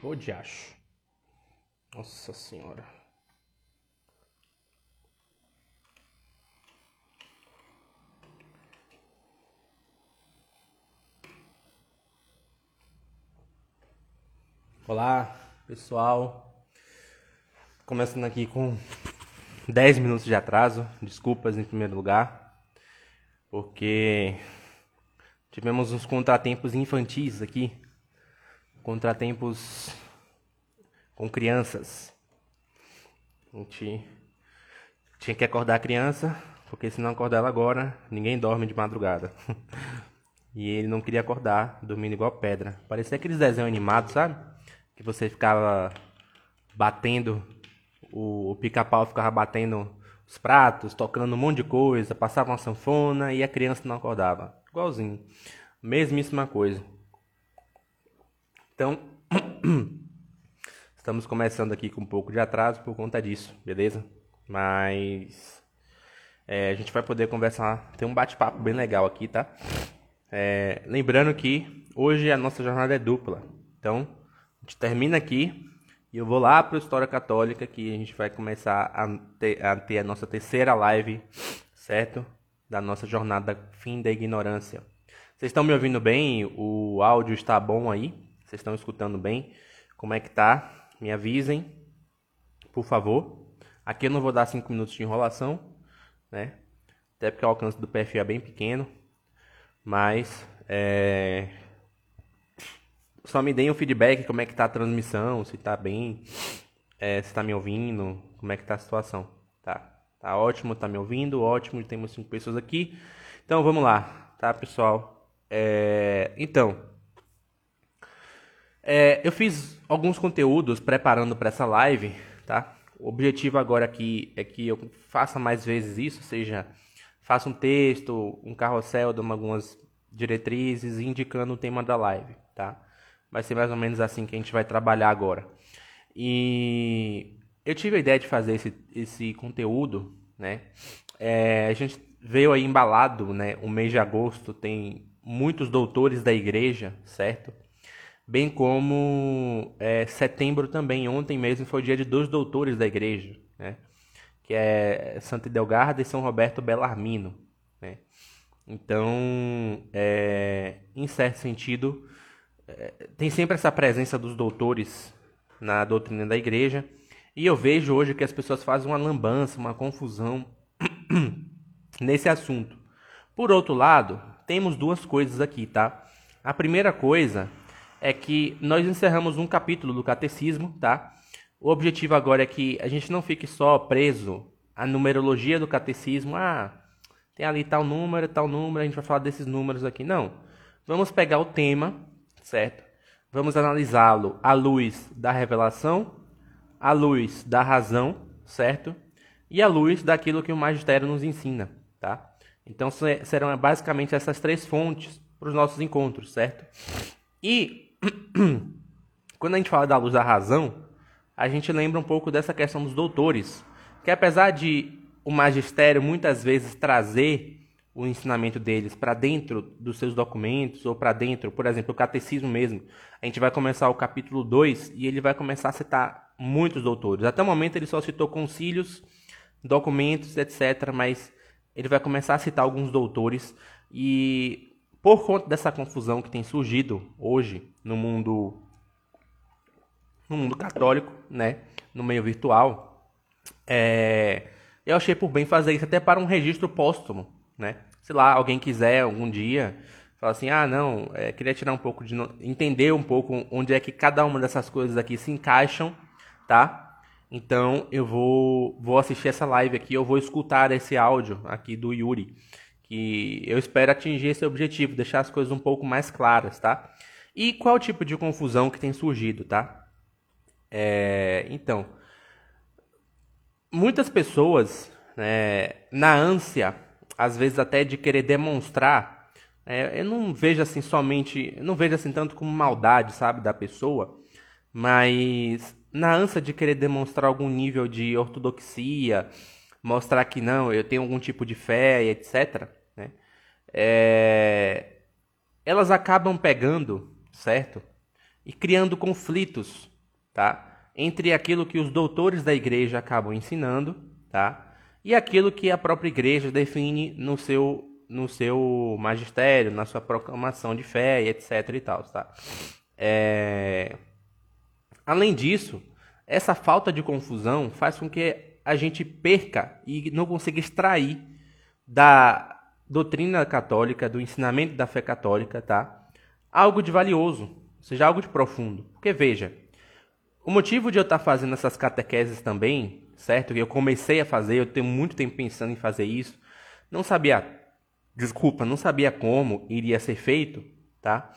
Ô diacho. Nossa senhora. Olá, pessoal. Começando aqui com 10 minutos de atraso. Desculpas em primeiro lugar, porque tivemos uns contratempos infantis aqui. Contratempos com crianças. A gente tinha que acordar a criança, porque se não acordar ela agora, ninguém dorme de madrugada. E ele não queria acordar, dormindo igual pedra. Parecia aqueles desenhos animados, sabe? Que você ficava batendo, o pica-pau ficava batendo os pratos, tocando um monte de coisa, passava uma sanfona e a criança não acordava. Igualzinho. Mesmíssima coisa. Então, estamos começando aqui com um pouco de atraso por conta disso, beleza? Mas a gente vai poder conversar, ter um bate-papo bem legal aqui, tá? Lembrando que hoje a nossa jornada é dupla. Então, a gente termina aqui e eu vou lá para a História Católica, que a gente vai começar a ter a nossa terceira live, certo? Da nossa jornada Fim da Ignorância. Vocês estão me ouvindo bem? O áudio está bom aí? Vocês estão escutando bem? Como é que tá? Me avisem, por favor. Aqui eu não vou dar 5 minutos de enrolação, né? Até porque o alcance do perfil é bem pequeno. Mas só me deem um feedback, como é que tá a transmissão, se tá bem, se tá me ouvindo, como é que tá a situação. Tá ótimo, tá me ouvindo, ótimo, temos 5 pessoas aqui. Então vamos lá, tá, pessoal? Eu fiz alguns conteúdos preparando para essa live, tá? O objetivo agora aqui é que eu faça mais vezes isso, ou seja, faça um texto, um carrossel, dando algumas diretrizes indicando o tema da live, tá? Vai ser mais ou menos assim que a gente vai trabalhar agora. E eu tive a ideia de fazer esse conteúdo, né? A gente veio aí embalado, né? O mês de agosto tem muitos doutores da igreja, certo? Bem como setembro também, ontem mesmo foi o dia de 2 doutores da igreja, né? Que é Santa Idelgarda e São Roberto Bellarmino, né? Então, em certo sentido, tem sempre essa presença dos doutores na doutrina da igreja, e eu vejo hoje que as pessoas fazem uma lambança, uma confusão nesse assunto. Por outro lado, temos 2 coisas aqui, tá? A primeira coisa é que nós encerramos um capítulo do catecismo, tá? O objetivo agora é que a gente não fique só preso à numerologia do catecismo. Tem ali tal número, a gente vai falar desses números aqui. Não. Vamos pegar o tema, certo? Vamos analisá-lo à luz da revelação, à luz da razão, certo? E à luz daquilo que o magistério nos ensina, tá? Então serão basicamente essas 3 fontes para os nossos encontros, certo? E quando a gente fala da luz da razão, a gente lembra um pouco dessa questão dos doutores, que apesar de o magistério muitas vezes trazer o ensinamento deles para dentro dos seus documentos, ou para dentro, por exemplo, o catecismo mesmo, a gente vai começar o capítulo 2 e ele vai começar a citar muitos doutores. Até o momento ele só citou concílios, documentos, etc., mas ele vai começar a citar alguns doutores, e por conta dessa confusão que tem surgido hoje no mundo católico, né, no meio virtual, eu achei por bem fazer isso até para um registro póstumo, né? Se lá alguém quiser algum dia falar assim, não, queria tirar um pouco entender um pouco onde é que cada uma dessas coisas aqui se encaixam, tá? Então eu vou assistir essa live aqui, eu vou escutar esse áudio aqui do Yuri, que eu espero atingir esse objetivo, deixar as coisas um pouco mais claras, tá? E qual o tipo de confusão que tem surgido, tá? Então, muitas pessoas, na ânsia, às vezes até de querer demonstrar, eu não vejo assim não vejo assim tanto como maldade, sabe, da pessoa, mas na ânsia de querer demonstrar algum nível de ortodoxia, mostrar que não, eu tenho algum tipo de fé, etc., né? Elas acabam pegando, certo? E criando conflitos tá? Entre aquilo que os doutores da igreja acabam ensinando, tá? E aquilo que a própria igreja define no seu magistério, na sua proclamação de fé, e etc e tal, tá? Além disso, essa falta de confusão faz com que a gente perca e não consiga extrair da doutrina católica, do ensinamento da fé católica, tá? Algo de valioso, ou seja, algo de profundo. Porque, veja, o motivo de eu estar fazendo essas catequeses também, certo? Que eu comecei a fazer, eu tenho muito tempo pensando em fazer isso, não sabia como iria ser feito, tá?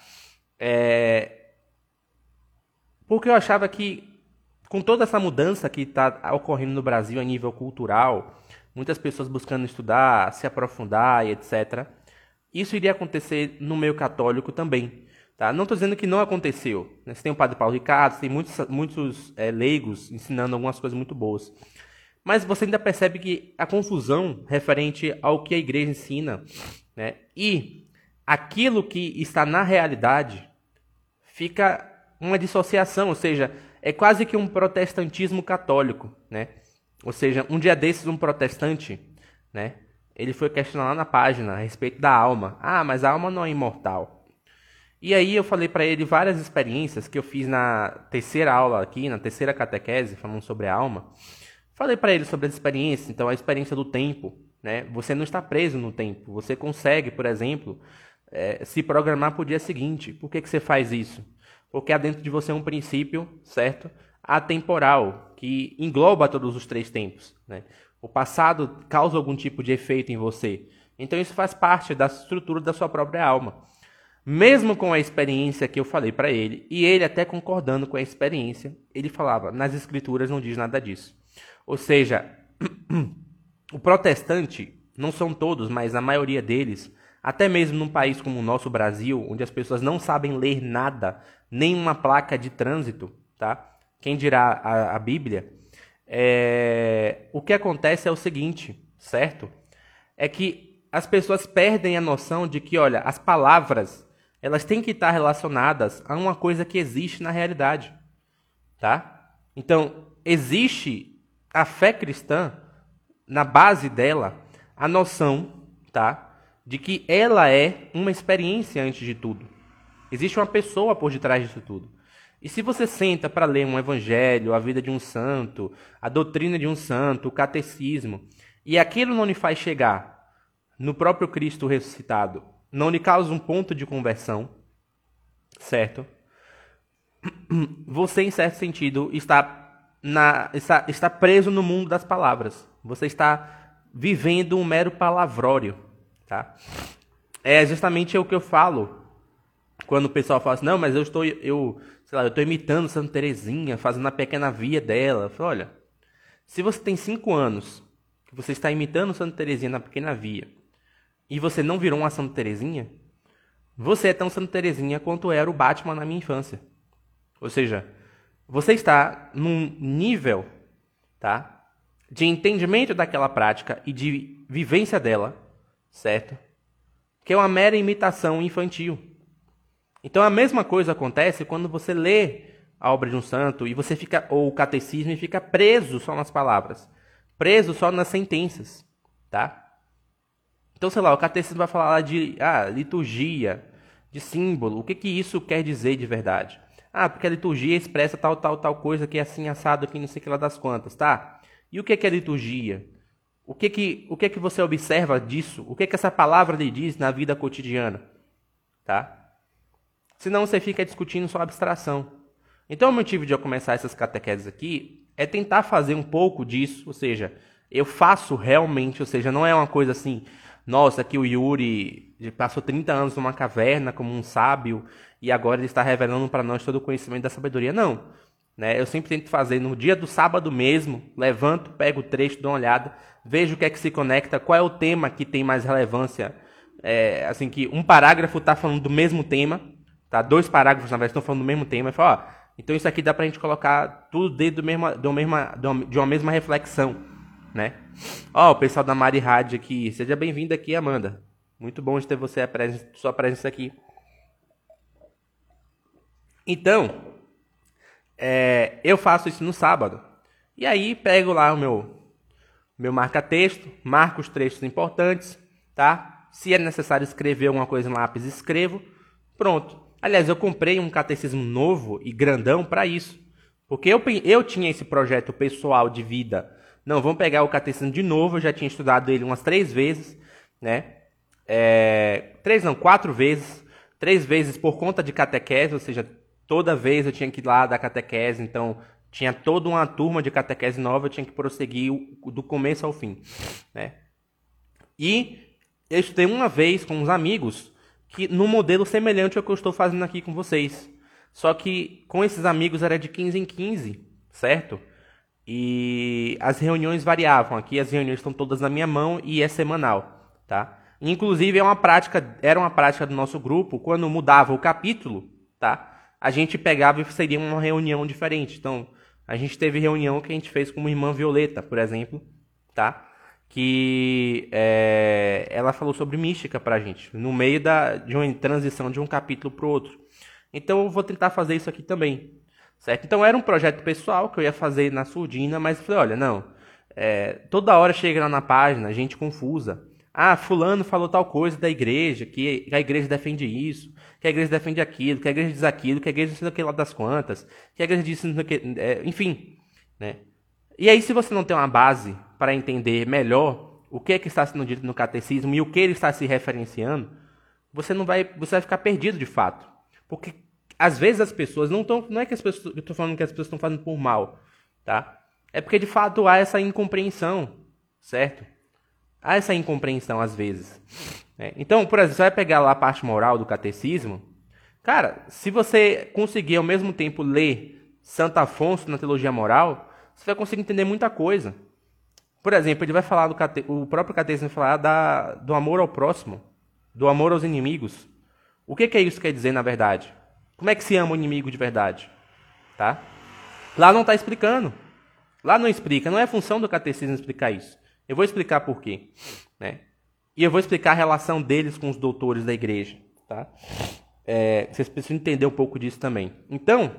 Porque eu achava que, com toda essa mudança que está ocorrendo no Brasil a nível cultural, muitas pessoas buscando estudar, se aprofundar e etc., isso iria acontecer no meio católico também. Tá? Não estou dizendo que não aconteceu. Né? Você tem o Padre Paulo Ricardo, você tem muitos leigos ensinando algumas coisas muito boas. Mas você ainda percebe que a confusão referente ao que a igreja ensina, né, e aquilo que está na realidade fica uma dissociação, ou seja, é quase que um protestantismo católico, né? Ou seja, um dia desses um protestante, né, ele foi questionar lá na página a respeito da alma. Ah, mas a alma não é imortal. E aí eu falei para ele várias experiências que eu fiz na terceira aula aqui, na terceira catequese, falando sobre a alma. Falei para ele sobre as experiências, então a experiência do tempo, né? Você não está preso no tempo, você consegue, por exemplo, se programar para o dia seguinte. Por que você faz isso? Porque há dentro de você um princípio, certo? Atemporal, que engloba todos os três tempos, né? O passado causa algum tipo de efeito em você. Então isso faz parte da estrutura da sua própria alma. Mesmo com a experiência que eu falei para ele, e ele até concordando com a experiência, ele falava, nas escrituras não diz nada disso. Ou seja, o protestante, não são todos, mas a maioria deles, até mesmo num país como o nosso Brasil, onde as pessoas não sabem ler nada, nem uma placa de trânsito, tá? Quem dirá a Bíblia, o que acontece é o seguinte, certo? É que as pessoas perdem a noção de que, olha, as palavras, elas têm que estar relacionadas a uma coisa que existe na realidade, tá? Então, existe a fé cristã, na base dela, a noção, tá, de que ela é uma experiência antes de tudo. Existe uma pessoa por detrás disso tudo. E se você senta para ler um evangelho, a vida de um santo, a doutrina de um santo, o catecismo, e aquilo não lhe faz chegar no próprio Cristo ressuscitado, não lhe causa um ponto de conversão, certo? Você, em certo sentido, está preso no mundo das palavras. Você está vivendo um mero palavrório, tá? É justamente o que eu falo quando o pessoal fala assim, não, mas eu estou imitando Santa Teresinha, fazendo a pequena via dela. Eu falo, olha, se você tem 5 anos que você está imitando Santa Teresinha na pequena via e você não virou uma Santa Teresinha, você é tão Santa Teresinha quanto era o Batman na minha infância. Ou seja, você está num nível, tá, de entendimento daquela prática e de vivência dela, certo? Que é uma mera imitação infantil. Então a mesma coisa acontece quando você lê a obra de um santo e você fica, ou o catecismo, e fica preso só nas palavras, preso só nas sentenças, tá? Então, sei lá, o catecismo vai falar lá de liturgia, de símbolo. O que isso quer dizer de verdade? Porque a liturgia expressa tal coisa que é assim assado aqui, não sei o que lá das quantas, tá? E o que é liturgia? O que você observa disso? O que essa palavra lhe diz na vida cotidiana? Tá? Senão você fica discutindo só abstração. Então o motivo de eu começar essas catequeses aqui é tentar fazer um pouco disso, ou seja, eu faço realmente, ou seja, não é uma coisa assim, nossa, que o Yuri passou 30 anos numa caverna como um sábio e agora ele está revelando para nós todo o conhecimento da sabedoria. Não. Né? Eu sempre tento fazer no dia do sábado mesmo, levanto, pego o trecho, dou uma olhada, vejo o que é que se conecta, qual é o tema que tem mais relevância. Assim, que um parágrafo está falando do mesmo tema, tá? 2 parágrafos, na verdade, estão falando do mesmo tema. Eu falo, então isso aqui dá para a gente colocar tudo dentro de uma mesma reflexão. Né? O pessoal da Mari Rádio aqui, seja bem-vinda aqui, Amanda. Muito bom de ter sua presença aqui. Então, eu faço isso no sábado. E aí pego lá o meu marca-texto, marco os trechos importantes, tá? Se é necessário escrever alguma coisa em lápis, escrevo. Pronto. Aliás, eu comprei um catecismo novo e grandão para isso. Porque eu tinha esse projeto pessoal de vida. Não, vamos pegar o catecismo de novo. Eu já tinha estudado ele umas 3 vezes, né? 4 vezes. 3 vezes por conta de catequese, ou seja, toda vez eu tinha que ir lá dar catequese. Então, tinha toda uma turma de catequese nova, eu tinha que prosseguir do começo ao fim, né? E eu estudei uma vez com uns amigos, que num modelo semelhante ao que eu estou fazendo aqui com vocês. Só que com esses amigos era de 15 em 15, certo? E as reuniões variavam. Aqui as reuniões estão todas na minha mão e é semanal, tá? Inclusive era uma prática do nosso grupo, quando mudava o capítulo, tá? A gente pegava e seria uma reunião diferente. Então, a gente teve reunião que a gente fez com uma irmã Violeta, por exemplo, tá? Que ela falou sobre mística pra gente, no meio de uma transição de um capítulo pro outro. Então, eu vou tentar fazer isso aqui também, certo? Então, era um projeto pessoal que eu ia fazer na surdina, mas eu falei, olha, não, toda hora chega lá na página, gente confusa. Ah, fulano falou tal coisa da igreja, que a igreja defende isso, que a igreja defende aquilo, que a igreja diz aquilo, que a igreja diz aquilo lá das quantas, que a igreja diz enfim, né? E aí, se você não tem uma base para entender melhor o que está sendo dito no catecismo e o que ele está se referenciando, você vai ficar perdido de fato. Porque, às vezes, as pessoas não é que eu estou falando que as pessoas estão fazendo por mal, tá? É porque, de fato, há essa incompreensão, certo? Há essa incompreensão, às vezes. Então, por exemplo, você vai pegar lá a parte moral do catecismo. Cara, se você conseguir, ao mesmo tempo, ler Santo Afonso na teologia moral, você vai conseguir entender muita coisa. Por exemplo, ele vai falar o próprio catecismo vai falar do amor ao próximo, do amor aos inimigos. O que isso quer dizer, na verdade? Como é que se ama o inimigo de verdade? Tá? Lá não está explicando. Lá não explica. Não é função do catecismo explicar isso. Eu vou explicar por quê, né? E eu vou explicar a relação deles com os doutores da igreja, tá? Vocês precisam entender um pouco disso também. Então,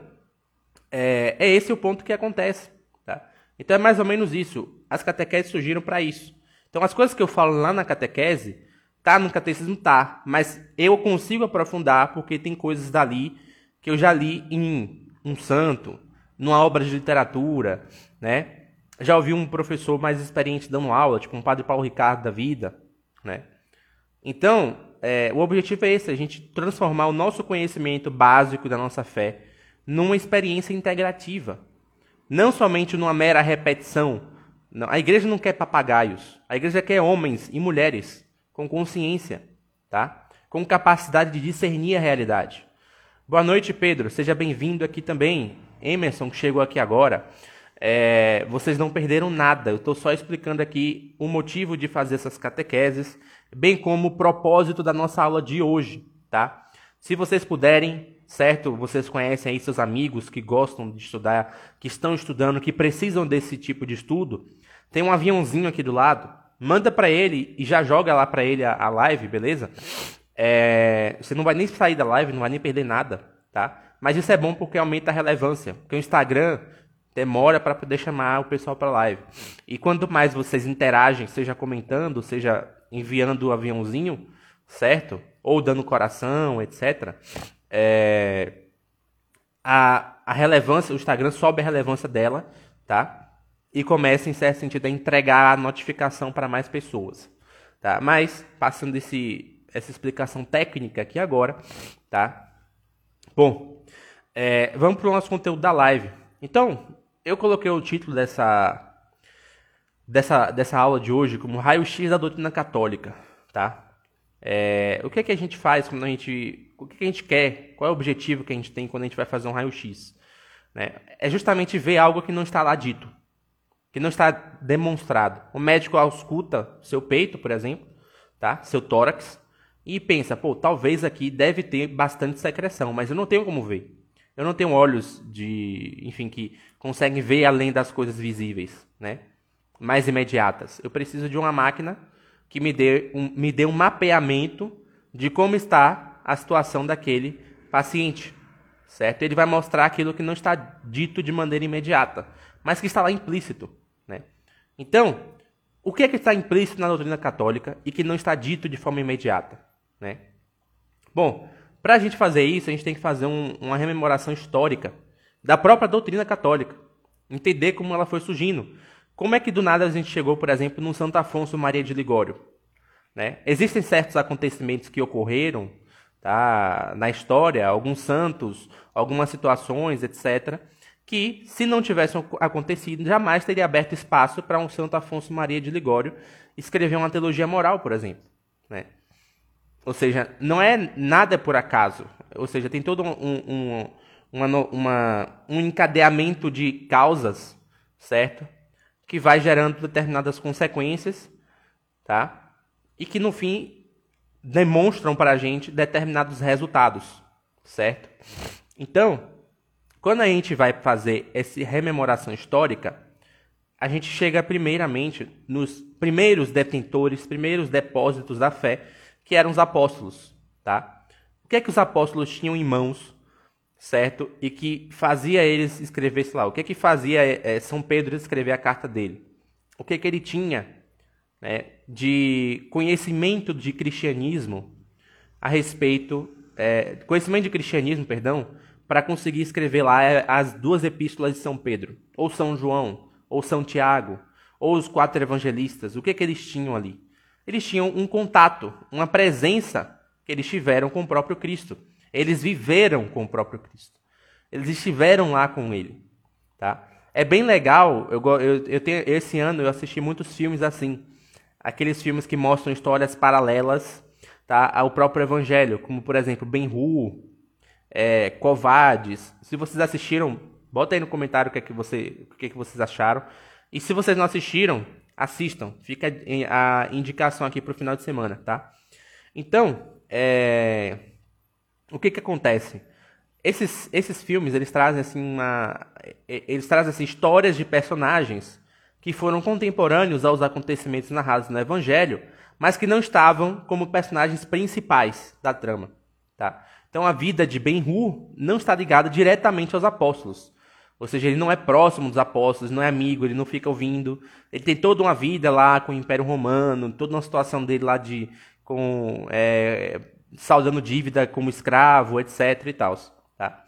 é esse o ponto que acontece, tá? Então é mais ou menos isso. As catequeses surgiram para isso. Então as coisas que eu falo lá na catequese, tá no catecismo, tá, mas eu consigo aprofundar porque tem coisas dali que eu já li em um santo, numa obra de literatura, né? Já ouvi um professor mais experiente dando aula, tipo um padre Paulo Ricardo da vida, né? Então, o objetivo é esse, a gente transformar o nosso conhecimento básico da nossa fé numa experiência integrativa. Não somente numa mera repetição. Não, a igreja não quer papagaios. A igreja quer homens e mulheres com consciência, tá? Com capacidade de discernir a realidade. Boa noite, Pedro. Seja bem-vindo aqui também. Emerson, que chegou aqui agora. Vocês não perderam nada. Eu estou só explicando aqui o motivo de fazer essas catequeses, bem como o propósito da nossa aula de hoje, tá? Se vocês puderem, certo? Vocês conhecem aí seus amigos que gostam de estudar, que estão estudando, que precisam desse tipo de estudo. Tem um aviãozinho aqui do lado. Manda para ele e já joga lá para ele a live, beleza? Você não vai nem sair da live, não vai nem perder nada, tá? Mas isso é bom porque aumenta a relevância. Porque o Instagram demora para poder chamar o pessoal para a live. E quanto mais vocês interagem, seja comentando, seja enviando o aviãozinho, certo? Ou dando coração, etc. A relevância, o Instagram sobe a relevância dela, tá? E começa, em certo sentido, a entregar a notificação para mais pessoas, tá? Mas, passando essa explicação técnica aqui agora, tá? Bom, vamos para o nosso conteúdo da live. Então, eu coloquei o título dessa aula de hoje como Raio-X da Doutrina Católica, tá? O que a gente faz quando o que a gente quer, qual é o objetivo que a gente tem quando a gente vai fazer um raio-x, né? É justamente ver algo que não está lá dito, que não está demonstrado. O médico ausculta seu peito, por exemplo, tá? Seu tórax, e pensa, talvez aqui deve ter bastante secreção, mas eu não tenho como ver. Eu não tenho olhos que conseguem ver além das coisas visíveis, né? Mais imediatas. Eu preciso de uma máquina que me dê um mapeamento de como está a situação daquele paciente, certo? Ele vai mostrar aquilo que não está dito de maneira imediata, mas que está lá implícito, né? Então, o que é que está implícito na doutrina católica e que não está dito de forma imediata, né? Bom, para a gente fazer isso, a gente tem que fazer uma rememoração histórica da própria doutrina católica, entender como ela foi surgindo. Como é que do nada a gente chegou, por exemplo, no Santo Afonso Maria de Ligório, né? Existem certos acontecimentos que ocorreram, tá, na história, alguns santos, algumas situações, etc., que, se não tivessem acontecido, jamais teria aberto espaço para um Santo Afonso Maria de Ligório escrever uma teologia moral, por exemplo, né? Ou seja, não é nada por acaso. Ou seja, tem todo um encadeamento de causas, certo? Que vai gerando determinadas consequências, tá? E que, no fim, demonstram para a gente determinados resultados, certo? Então, quando a gente vai fazer essa rememoração histórica, a gente chega primeiramente nos primeiros detentores, primeiros depósitos da fé, que eram os apóstolos, tá? O que é que os apóstolos tinham em mãos, certo? E que fazia eles escrever, sei lá, o que é que fazia São Pedro escrever a carta dele? O que é que ele tinha, né, de conhecimento de cristianismo a respeito, conhecimento de cristianismo, perdão, para conseguir escrever lá as duas epístolas de São Pedro, ou São João, ou São Tiago, ou os 4 evangelistas? O que é que eles tinham ali? Eles tinham um contato, uma presença que eles tiveram com o próprio Cristo. Eles viveram com o próprio Cristo. Eles estiveram lá com ele, tá? É bem legal. Esse ano eu assisti muitos filmes assim, aqueles filmes que mostram histórias paralelas, tá, ao próprio Evangelho, como por exemplo Ben-Hur, Covardes. Se vocês assistiram, bota aí no comentário o que é que vocês acharam. E se vocês não assistiram, assistam. Fica a indicação aqui para o final de semana, tá? Então, o que acontece? Esses filmes, eles trazem assim histórias de personagens que foram contemporâneos aos acontecimentos narrados no Evangelho, mas que não estavam como personagens principais da trama, tá? Então, a vida de Ben-Hur não está ligada diretamente aos apóstolos. Ou seja, ele não é próximo dos apóstolos, não é amigo, ele não fica ouvindo. Ele tem toda uma vida lá com o Império Romano, toda uma situação dele lá saldando dívida como escravo, etc. e tal, tá?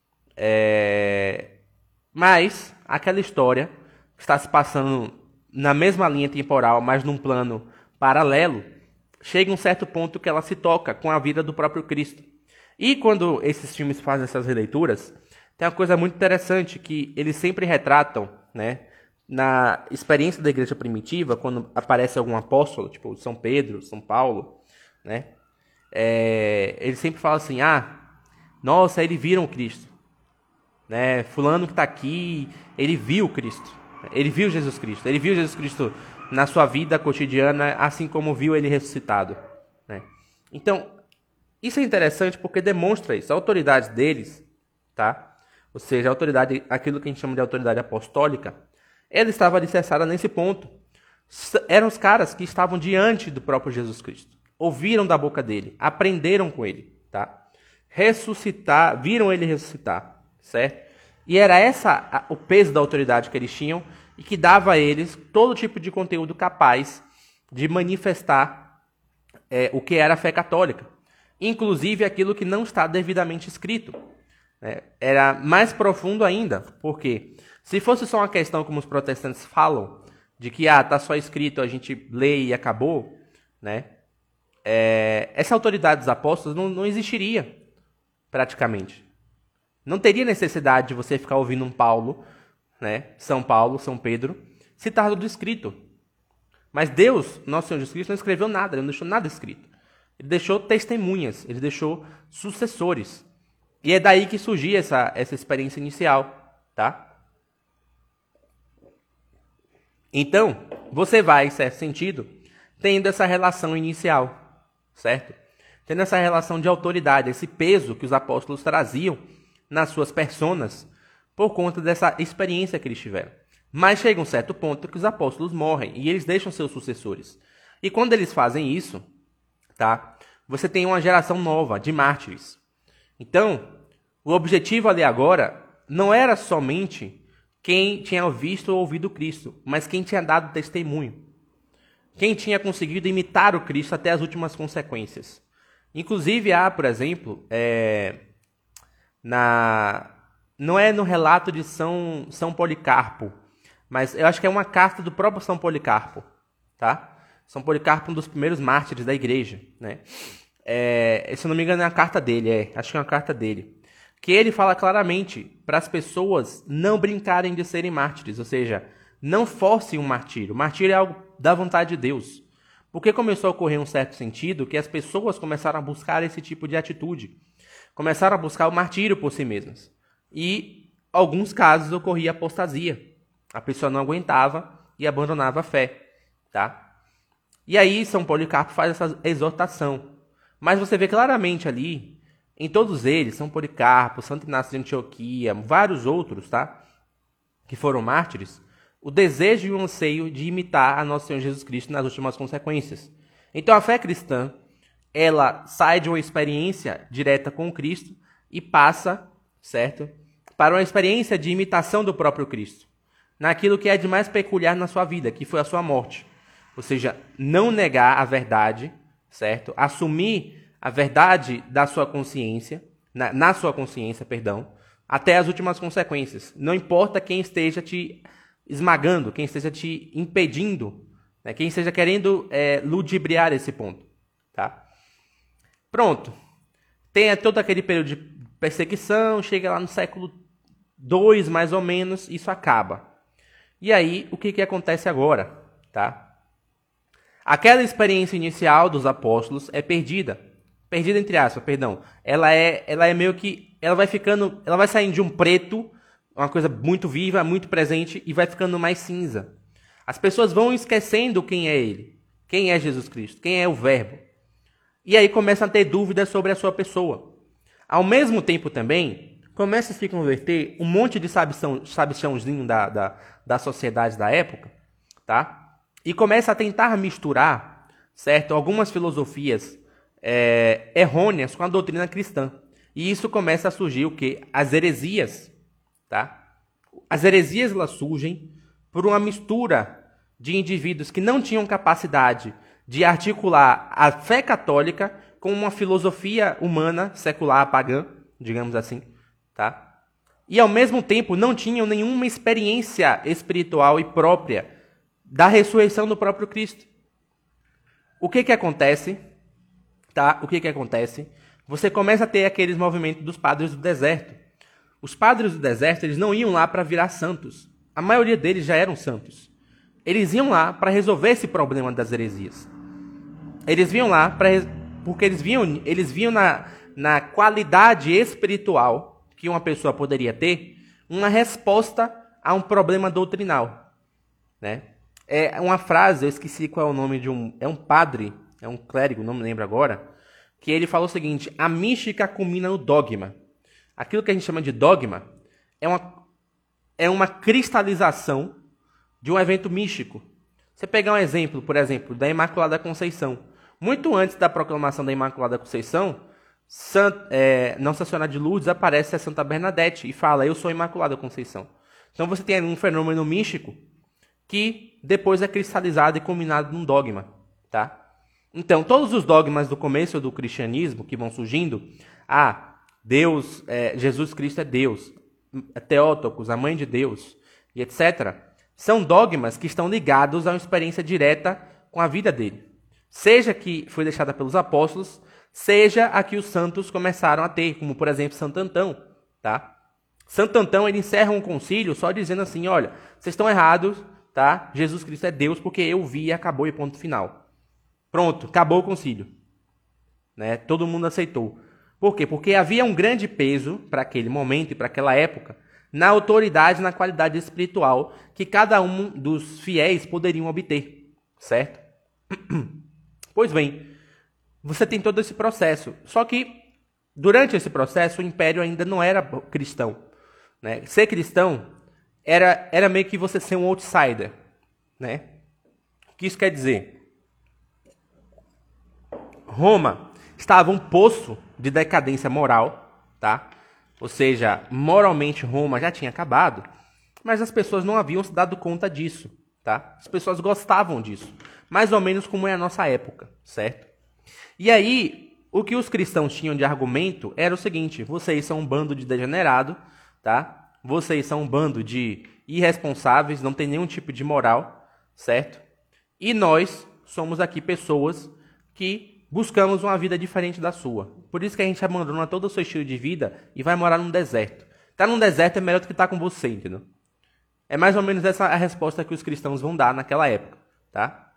Mas aquela história está se passando na mesma linha temporal, mas num plano paralelo. Chega um certo ponto que ela se toca com a vida do próprio Cristo. E quando esses filmes fazem essas releituras, tem uma coisa muito interessante que eles sempre retratam, né, na experiência da igreja primitiva, quando aparece algum apóstolo, tipo São Pedro, São Paulo, né, eles sempre falam assim, nossa, eles viram Cristo, né, fulano que está aqui, ele viu Cristo, ele viu Jesus Cristo na sua vida cotidiana, assim como viu ele ressuscitado, né? Então, isso é interessante porque demonstra isso, a autoridade deles, tá? Ou seja, a autoridade, aquilo que a gente chama de autoridade apostólica, ela estava alicerçada nesse ponto. Eram os caras que estavam diante do próprio Jesus Cristo. Ouviram da boca dele, aprenderam com ele, tá? Viram ele ressuscitar, certo? E era o peso da autoridade que eles tinham e que dava a eles todo tipo de conteúdo capaz de manifestar o que era a fé católica. Inclusive aquilo que não está devidamente escrito. Era mais profundo ainda, porque se fosse só uma questão como os protestantes falam, de que está só escrito, a gente lê e acabou, né? Essa autoridade dos apóstolos não existiria, praticamente. Não teria necessidade de você ficar ouvindo um Paulo, né? São Paulo, São Pedro, citar tudo escrito. Mas Deus, nosso Senhor Jesus Cristo, não escreveu nada, ele não deixou nada escrito. Ele deixou testemunhas, ele deixou sucessores. E é daí que surgia essa experiência inicial, tá? Então, você vai, em certo sentido, tendo essa relação inicial, certo? Tendo essa relação de autoridade, esse peso que os apóstolos traziam nas suas personas por conta dessa experiência que eles tiveram. Mas chega um certo ponto que os apóstolos morrem e eles deixam seus sucessores. E quando eles fazem isso, tá? Você tem uma geração nova de mártires. Então, O objetivo ali agora não era somente quem tinha visto ou ouvido Cristo, mas quem tinha dado testemunho. Quem tinha conseguido imitar o Cristo até as últimas consequências. Inclusive há, por exemplo, não é no relato de São Policarpo, mas eu acho que é uma carta do próprio São Policarpo, tá? São Policarpo, um dos primeiros mártires da igreja, né? Se eu não me engano é a carta dele, acho que é uma carta dele. Que ele fala claramente para as pessoas não brincarem de serem mártires, ou seja, não forcem um martírio. O martírio é algo da vontade de Deus. Porque começou a ocorrer um certo sentido que as pessoas começaram a buscar esse tipo de atitude. Começaram a buscar o martírio por si mesmas. E, em alguns casos, ocorria apostasia. A pessoa não aguentava e abandonava a fé. Tá? E aí, São Policarpo faz essa exortação. Mas você vê claramente ali, em todos eles, São Policarpo, Santo Inácio de Antioquia, vários outros, tá? Que foram mártires, o desejo e o anseio de imitar a nosso Senhor Jesus Cristo nas últimas consequências. Então a fé cristã, ela sai de uma experiência direta com Cristo e passa, certo? Para uma experiência de imitação do próprio Cristo. Naquilo que é de mais peculiar na sua vida, que foi a sua morte. Ou seja, não negar a verdade, certo? Assumir a verdade da sua consciência, na sua consciência, perdão, até as últimas consequências. Não importa quem esteja te esmagando, quem esteja te impedindo, né? Quem esteja querendo ludibriar esse ponto. Tá? Pronto. Tem todo aquele período de perseguição, chega lá no século II, mais ou menos, isso acaba. E aí, o que acontece agora? Tá? Aquela experiência inicial dos apóstolos é perdida. Perdida entre aspas, perdão. Ela é meio que... Ela vai saindo de um preto, uma coisa muito viva, muito presente, e vai ficando mais cinza. As pessoas vão esquecendo quem é ele. Quem é Jesus Cristo? Quem é o Verbo? E aí começam a ter dúvidas sobre a sua pessoa. Ao mesmo tempo também, começa a se converter um monte de sabichãozinho da sociedade da época, tá? E começa a tentar misturar, certo, algumas filosofias errôneas com a doutrina cristã. E isso começa a surgir o quê? As heresias, tá? As heresias, elas surgem por uma mistura de indivíduos que não tinham capacidade de articular a fé católica com uma filosofia humana, secular, pagã, digamos assim, tá? E ao mesmo tempo não tinham nenhuma experiência espiritual e própria da ressurreição do próprio Cristo. O que acontece? Tá? O que acontece? Você começa a ter aqueles movimentos dos padres do deserto. Os padres do deserto, eles não iam lá para virar santos. A maioria deles já eram santos. Eles iam lá para resolver esse problema das heresias. Eles vinham lá porque eles viam na qualidade espiritual que uma pessoa poderia ter uma resposta a um problema doutrinal, né? É uma frase, eu esqueci qual é o nome de um padre, é um clérigo, não me lembro agora, que ele falou o seguinte: a mística culmina no dogma. Aquilo que a gente chama de dogma é uma cristalização de um evento místico. Você pegar um exemplo, por exemplo, da Imaculada Conceição. Muito antes da proclamação da Imaculada Conceição, Nossa Senhora de Lourdes aparece a Santa Bernadette e fala: eu sou a Imaculada Conceição. Então você tem um fenômeno místico que depois é cristalizado e culminado num dogma, tá? Então, todos os dogmas do começo do cristianismo que vão surgindo, Deus, Jesus Cristo é Deus, Theotokos, a mãe de Deus, e etc., são dogmas que estão ligados a uma experiência direta com a vida dele. Seja que foi deixada pelos apóstolos, seja a que os santos começaram a ter, como, por exemplo, Santo Antão, tá? Santo Antão, ele encerra um concílio só dizendo assim: olha, vocês estão errados, tá? Jesus Cristo é Deus porque eu vi e acabou e ponto final. Pronto, acabou o concílio. Né? Todo mundo aceitou. Por quê? Porque havia um grande peso para aquele momento e para aquela época na autoridade e na qualidade espiritual que cada um dos fiéis poderiam obter. Certo? Pois bem, você tem todo esse processo. Só que, durante esse processo, o império ainda não era cristão. Né? Ser cristão era meio que você ser um outsider. Né? O que isso quer dizer? Roma estava um poço de decadência moral, tá? Ou seja, moralmente Roma já tinha acabado, mas as pessoas não haviam se dado conta disso, tá? As pessoas gostavam disso, mais ou menos como é a nossa época, certo? E aí, o que os cristãos tinham de argumento era o seguinte: vocês são um bando de degenerado, tá? Vocês são um bando de irresponsáveis, não tem nenhum tipo de moral, certo? E nós somos aqui pessoas que buscamos uma vida diferente da sua. Por isso que a gente abandona todo o seu estilo de vida e vai morar num deserto. Estar num deserto é melhor do que estar com você, entendeu? É mais ou menos essa a resposta que os cristãos vão dar naquela época, tá?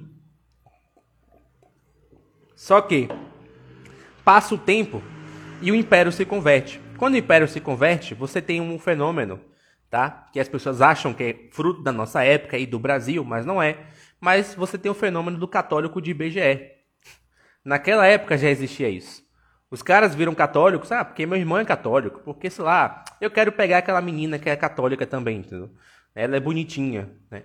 Só que passa o tempo e o império se converte. Quando o império se converte, você tem um fenômeno, tá? Que as pessoas acham que é fruto da nossa época e do Brasil, mas não é. Mas você tem o fenômeno do católico de IBGE. Naquela época já existia isso. Os caras viram católicos, porque meu irmão é católico, porque, sei lá, eu quero pegar aquela menina que é católica também, entendeu? Ela é bonitinha, né?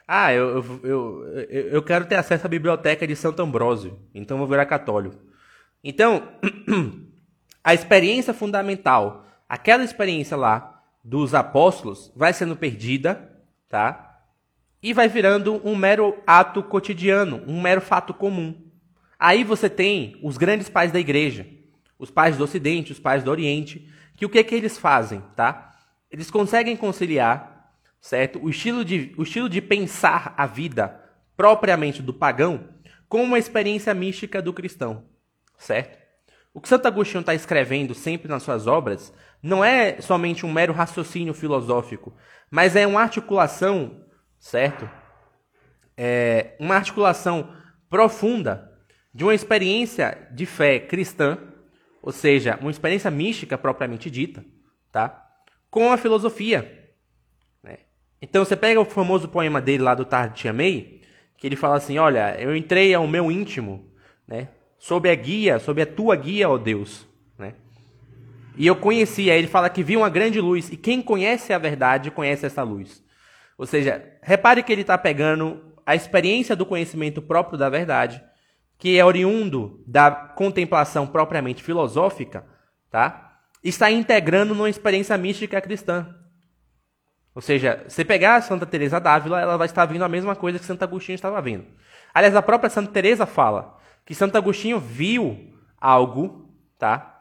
Eu quero ter acesso à biblioteca de Santo Ambrósio, então vou virar católico. Então, a experiência fundamental, aquela experiência lá dos apóstolos, vai sendo perdida, tá? E vai virando um mero ato cotidiano, um mero fato comum. Aí você tem os grandes pais da igreja, os pais do Ocidente, os pais do Oriente, que o que eles fazem, tá? Eles conseguem conciliar, certo? O estilo de pensar a vida propriamente do pagão com uma experiência mística do cristão, certo? O que Santo Agostinho está escrevendo sempre nas suas obras não é somente um mero raciocínio filosófico, mas é uma articulação, certo? É uma articulação profunda de uma experiência de fé cristã, ou seja, uma experiência mística propriamente dita, tá? Com a filosofia, né? Então você pega o famoso poema dele lá do Tarde Te Amei, que ele fala assim: olha, eu entrei ao meu íntimo, né? Sob a tua guia, ó Deus, né? E eu conheci, aí ele fala que viu uma grande luz, e quem conhece a verdade conhece essa luz. Ou seja, repare que ele está pegando a experiência do conhecimento próprio da verdade, que é oriundo da contemplação propriamente filosófica, tá? Está integrando numa experiência mística cristã. Ou seja, se pegar a Santa Teresa d'Ávila, ela vai estar vendo a mesma coisa que Santo Agostinho estava vendo. Aliás, a própria Santa Teresa fala que Santo Agostinho viu algo, tá?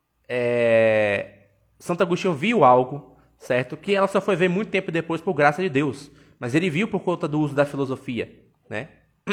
Santo Agostinho viu algo, certo? Que ela só foi ver muito tempo depois por graça de Deus. Mas ele viu por conta do uso da filosofia, né?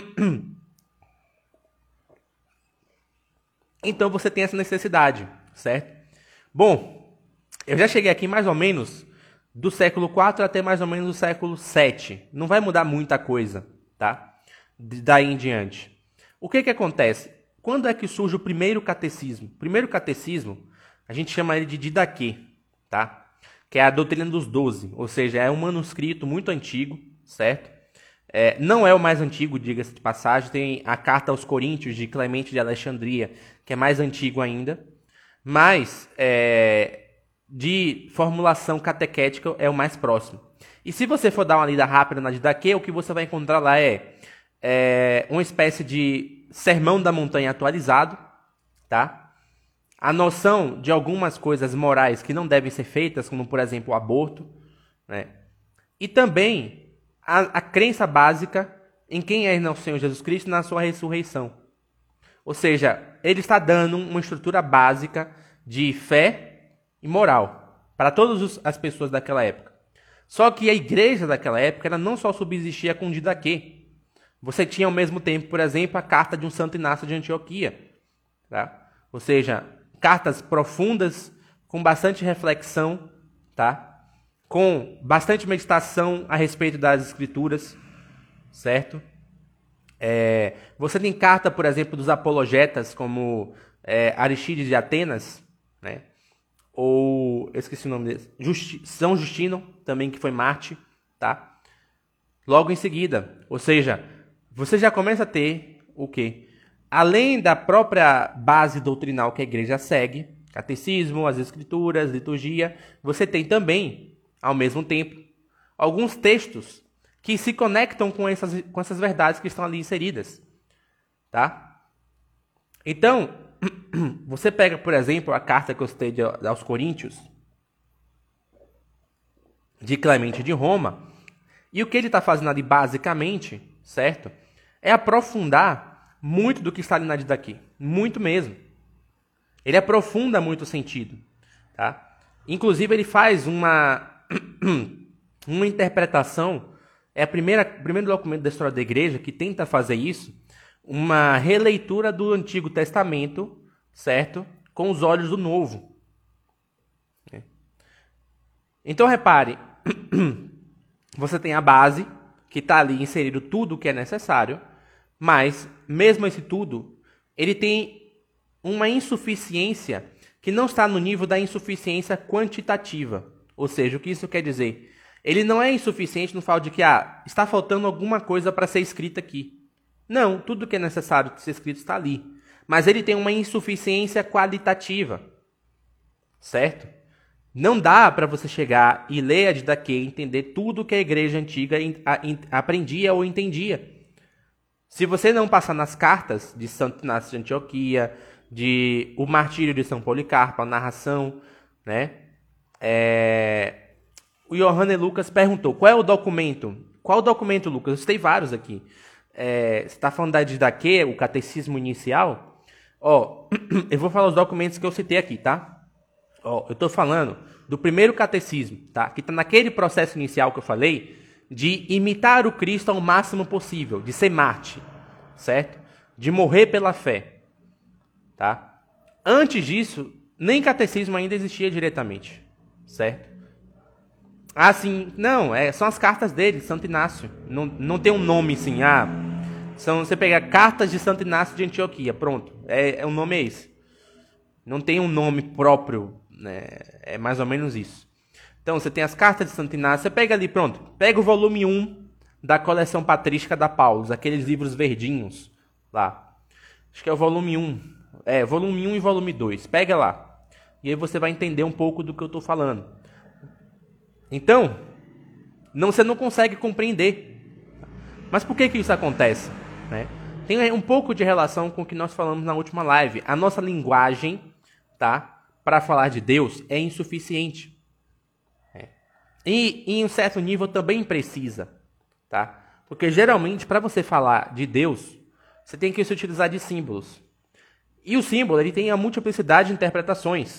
Então você tem essa necessidade, certo? Bom, eu já cheguei aqui mais ou menos do século IV até mais ou menos do século VII. Não vai mudar muita coisa, tá? Daí em diante. O que acontece? Quando é que surge o primeiro catecismo? O primeiro catecismo, a gente chama ele de Didaquê, tá? Que é a doutrina dos 12, ou seja, é um manuscrito muito antigo, certo? Não é o mais antigo, diga-se de passagem, tem a Carta aos Coríntios de Clemente de Alexandria, que é mais antigo ainda, mas de formulação catequética é o mais próximo. E se você for dar uma lida rápida na Didaquê, o que você vai encontrar lá é uma espécie de sermão da montanha atualizado, tá? A noção de algumas coisas morais que não devem ser feitas, como, por exemplo, o aborto, né? E também a crença básica em quem é nosso Senhor Jesus Cristo na sua ressurreição. Ou seja, ele está dando uma estrutura básica de fé e moral para todas as pessoas daquela época. Só que a igreja daquela época ela não só subsistia com Didaquê. Você tinha ao mesmo tempo, por exemplo, a carta de um Santo Inácio de Antioquia, tá? Ou seja, cartas profundas, com bastante reflexão, tá? Com bastante meditação a respeito das escrituras, certo? Você tem carta, por exemplo, dos apologetas, como Aristides de Atenas, né? Ou, eu esqueci o nome dele, São Justino, também, que foi Marte, tá? Logo em seguida, ou seja, você já começa a ter o quê? Além da própria base doutrinal que a igreja segue, catecismo, as escrituras, liturgia, você tem também, ao mesmo tempo, alguns textos que se conectam com essas verdades que estão ali inseridas, tá? Então, Você pega, por exemplo, a carta que eu citei aos Coríntios, de Clemente de Roma, e o que ele está fazendo ali basicamente, certo? É aprofundar muito do que está ali na daqui. Muito mesmo. Ele aprofunda muito o sentido. Tá? Inclusive, ele faz uma interpretação. É o primeiro documento da história da igreja que tenta fazer isso. Uma releitura do Antigo Testamento, certo? Com os olhos do Novo. Então, repare. Você tem a base, que está ali inserido tudo o que é necessário, mas, mesmo esse tudo, ele tem uma insuficiência que não está no nível da insuficiência quantitativa. Ou seja, o que isso quer dizer? Ele não é insuficiente no fato de que está faltando alguma coisa para ser escrita aqui. Não, tudo que é necessário ser escrito está ali. Mas ele tem uma insuficiência qualitativa. Certo? Não dá para você chegar e ler a Didaquê e entender tudo que a igreja antiga aprendia ou entendia. Se você não passar nas cartas de Santo Inácio de Antioquia, de o martírio de São Policarpo, a narração, né? O Johannes Lucas perguntou, qual é o documento? Qual o documento, Lucas? Eu citei vários aqui. Você está falando da Didaquê, o catecismo inicial? Eu vou falar os documentos que eu citei aqui, tá? Eu estou falando do primeiro catecismo, tá? Que está naquele processo inicial que eu falei, de imitar o Cristo ao máximo possível, de ser Marte, certo? De morrer pela fé, tá? Antes disso, nem catecismo ainda existia diretamente, certo? Sim, não, são as cartas dele, Santo Inácio. Não tem um nome assim, você pega cartas de Santo Inácio de Antioquia, pronto, o nome é esse. Não tem um nome próprio, né? É mais ou menos isso. Então, você tem as cartas de Santo Inácio, você pega ali, pronto. Pega o volume 1 da coleção patrística da Paulus, aqueles livros verdinhos lá. Acho que é o volume 1. Volume 1 e volume 2. Pega lá. E aí você vai entender um pouco do que eu estou falando. Então, você não consegue compreender. Mas por que isso acontece? Né? Tem um pouco de relação com o que nós falamos na última live. A nossa linguagem, tá? Para falar de Deus é insuficiente. E em um certo nível também precisa. Tá? Porque geralmente para você falar de Deus, você tem que se utilizar de símbolos. E o símbolo ele tem a multiplicidade de interpretações.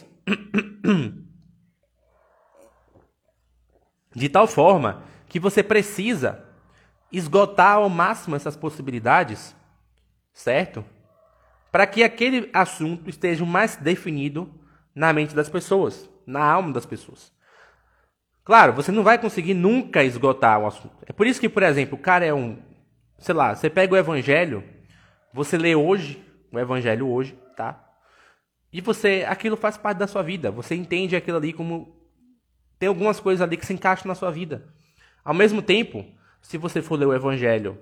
De tal forma que você precisa esgotar ao máximo essas possibilidades, certo? Para que aquele assunto esteja mais definido na mente das pessoas, na alma das pessoas. Claro, você não vai conseguir nunca esgotar o assunto. É por isso que, por exemplo, o cara você pega o Evangelho, você lê hoje, o Evangelho hoje, tá? E aquilo faz parte da sua vida. Você entende aquilo ali como... Tem algumas coisas ali que se encaixam na sua vida. Ao mesmo tempo, se você for ler o Evangelho,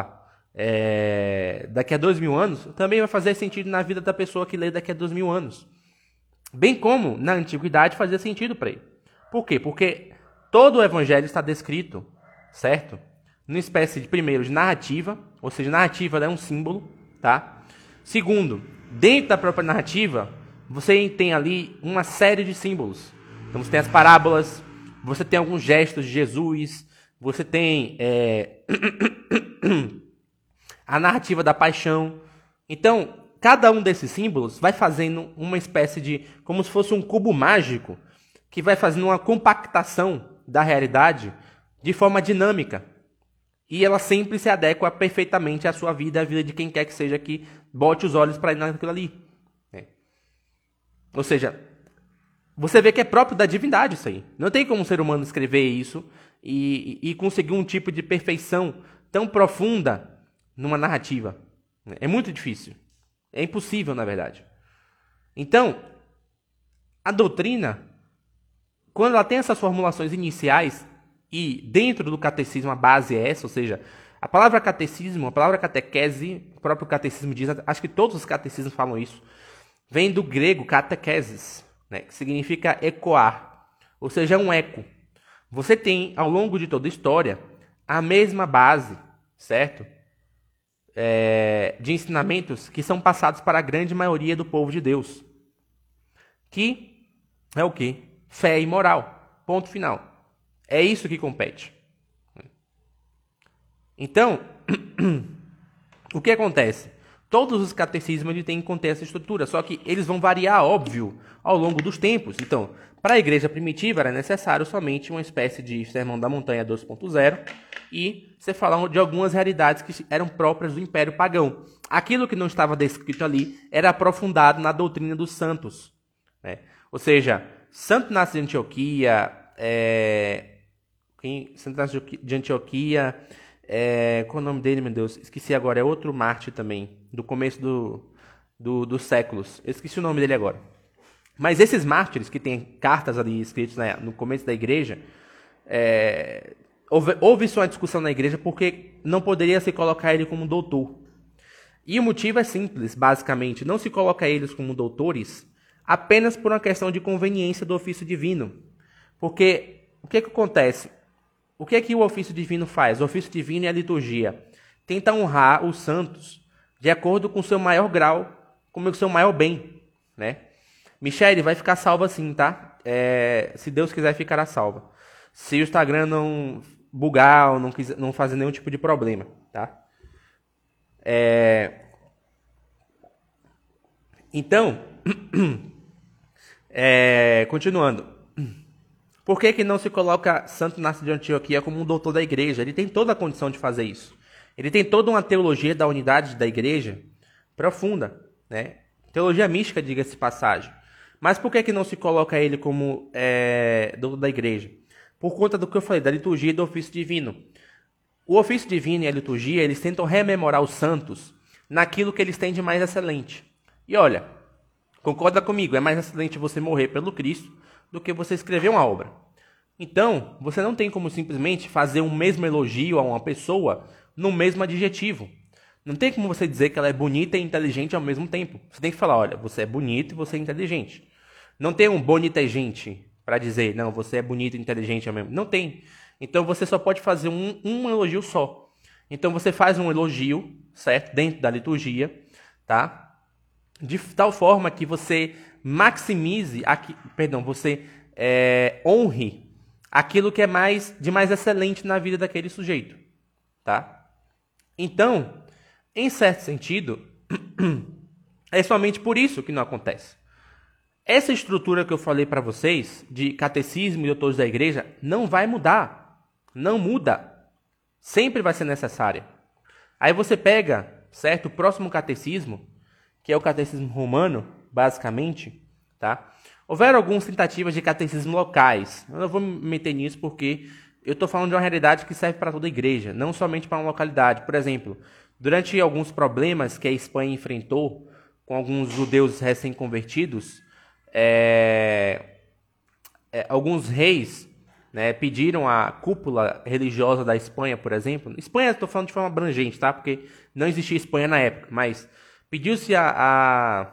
daqui a 2000 anos, também vai fazer sentido na vida da pessoa que lê daqui a 2000 anos. Bem como, na antiguidade, fazia sentido para ele. Por quê? Porque todo o Evangelho está descrito, certo? Numa espécie de, primeiro, de narrativa, ou seja, narrativa é um símbolo, tá? Segundo, dentro da própria narrativa, você tem ali uma série de símbolos. Então você tem as parábolas, você tem alguns gestos de Jesus, você tem a narrativa da paixão. Então, cada um desses símbolos vai fazendo uma espécie de... como se fosse um cubo mágico que vai fazendo uma compactação da realidade de forma dinâmica. E ela sempre se adequa perfeitamente à sua vida e à vida de quem quer que seja que bote os olhos para ir naquilo ali. Ou seja, você vê que é próprio da divindade isso aí. Não tem como um ser humano escrever isso e conseguir um tipo de perfeição tão profunda numa narrativa. É muito difícil. É impossível, na verdade. Então, a doutrina, quando ela tem essas formulações iniciais, e dentro do catecismo a base é essa, ou seja, a palavra catecismo, a palavra catequese, o próprio catecismo diz, acho que todos os catecismos falam isso, vem do grego catequesis, né, que significa ecoar, ou seja, é um eco. Você tem, ao longo de toda a história, a mesma base, certo? de ensinamentos que são passados para a grande maioria do povo de Deus. Que é o quê? Fé e moral. Ponto final. É isso que compete. Então, o que acontece? Todos os catecismos ele têm que conter essa estrutura, só que eles vão variar, óbvio, ao longo dos tempos. Então, para a igreja primitiva era necessário somente uma espécie de Sermão da Montanha 2.0 e você falar de algumas realidades que eram próprias do Império Pagão. Aquilo que não estava descrito ali era aprofundado na doutrina dos santos. Né? Ou seja, Santo Inácio de Antioquia, Santo Inácio de Antioquia, qual é o nome dele, meu Deus? Esqueci agora, é outro mártir também, do começo dos séculos. Eu esqueci o nome dele agora. Mas esses mártires, que têm cartas ali escritas no começo da igreja, houve só uma discussão na igreja porque não poderia se colocar ele como doutor. E o motivo é simples, basicamente. Não se coloca eles como doutores apenas por uma questão de conveniência do ofício divino. Porque o que acontece? O que o ofício divino faz? O ofício divino e a liturgia tenta honrar os santos de acordo com o seu maior grau, com o seu maior bem, né? Michele vai ficar salva sim, tá? Se Deus quiser, ficará salva. Se o Instagram não bugar ou não fazer nenhum tipo de problema, tá? Então, continuando. Por que não se coloca Santo Inácio de Antioquia como um doutor da igreja? Ele tem toda a condição de fazer isso. Ele tem toda uma teologia da unidade da igreja profunda, né? Teologia mística, diga-se de passagem. Mas por que não se coloca ele como doutor da igreja? Por conta do que eu falei, da liturgia e do ofício divino. O ofício divino e a liturgia, eles tentam rememorar os santos naquilo que eles têm de mais excelente. E olha, concorda comigo, é mais excelente você morrer pelo Cristo do que você escrever uma obra. Então, você não tem como simplesmente fazer um mesmo elogio a uma pessoa no mesmo adjetivo. Não tem como você dizer que ela é bonita e inteligente ao mesmo tempo. Você tem que falar, olha, você é bonito e você é inteligente. Não tem um bonita e gente para dizer, não, você é bonito e inteligente ao mesmo tempo. Não tem. Então, você só pode fazer um elogio só. Então, você faz um elogio, certo? Dentro da liturgia, tá? De tal forma que você maximize, você honre aquilo que é de mais excelente na vida daquele sujeito, tá? Então, em certo sentido, é somente por isso que não acontece. Essa estrutura que eu falei para vocês, de catecismo e doutores da igreja, não vai mudar. Não muda. Sempre vai ser necessária. Aí você pega, certo, o próximo catecismo, que é o catecismo romano, basicamente, tá? Houveram algumas tentativas de catecismo locais. Eu não vou me meter nisso porque eu estou falando de uma realidade que serve para toda a igreja, não somente para uma localidade. Por exemplo, durante alguns problemas que a Espanha enfrentou com alguns judeus recém-convertidos, alguns reis, né, pediram à cúpula religiosa da Espanha, por exemplo. Espanha, estou falando de forma abrangente, tá? Porque não existia Espanha na época, mas pediu-se a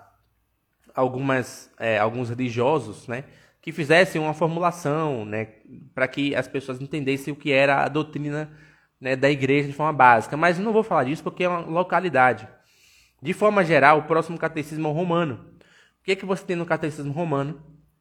alguns religiosos, né, que fizessem uma formulação, né, para que as pessoas entendessem o que era a doutrina, né, da igreja de forma básica. Mas eu não vou falar disso porque é uma localidade. De forma geral, o próximo catecismo é o romano. O que você tem no catecismo romano?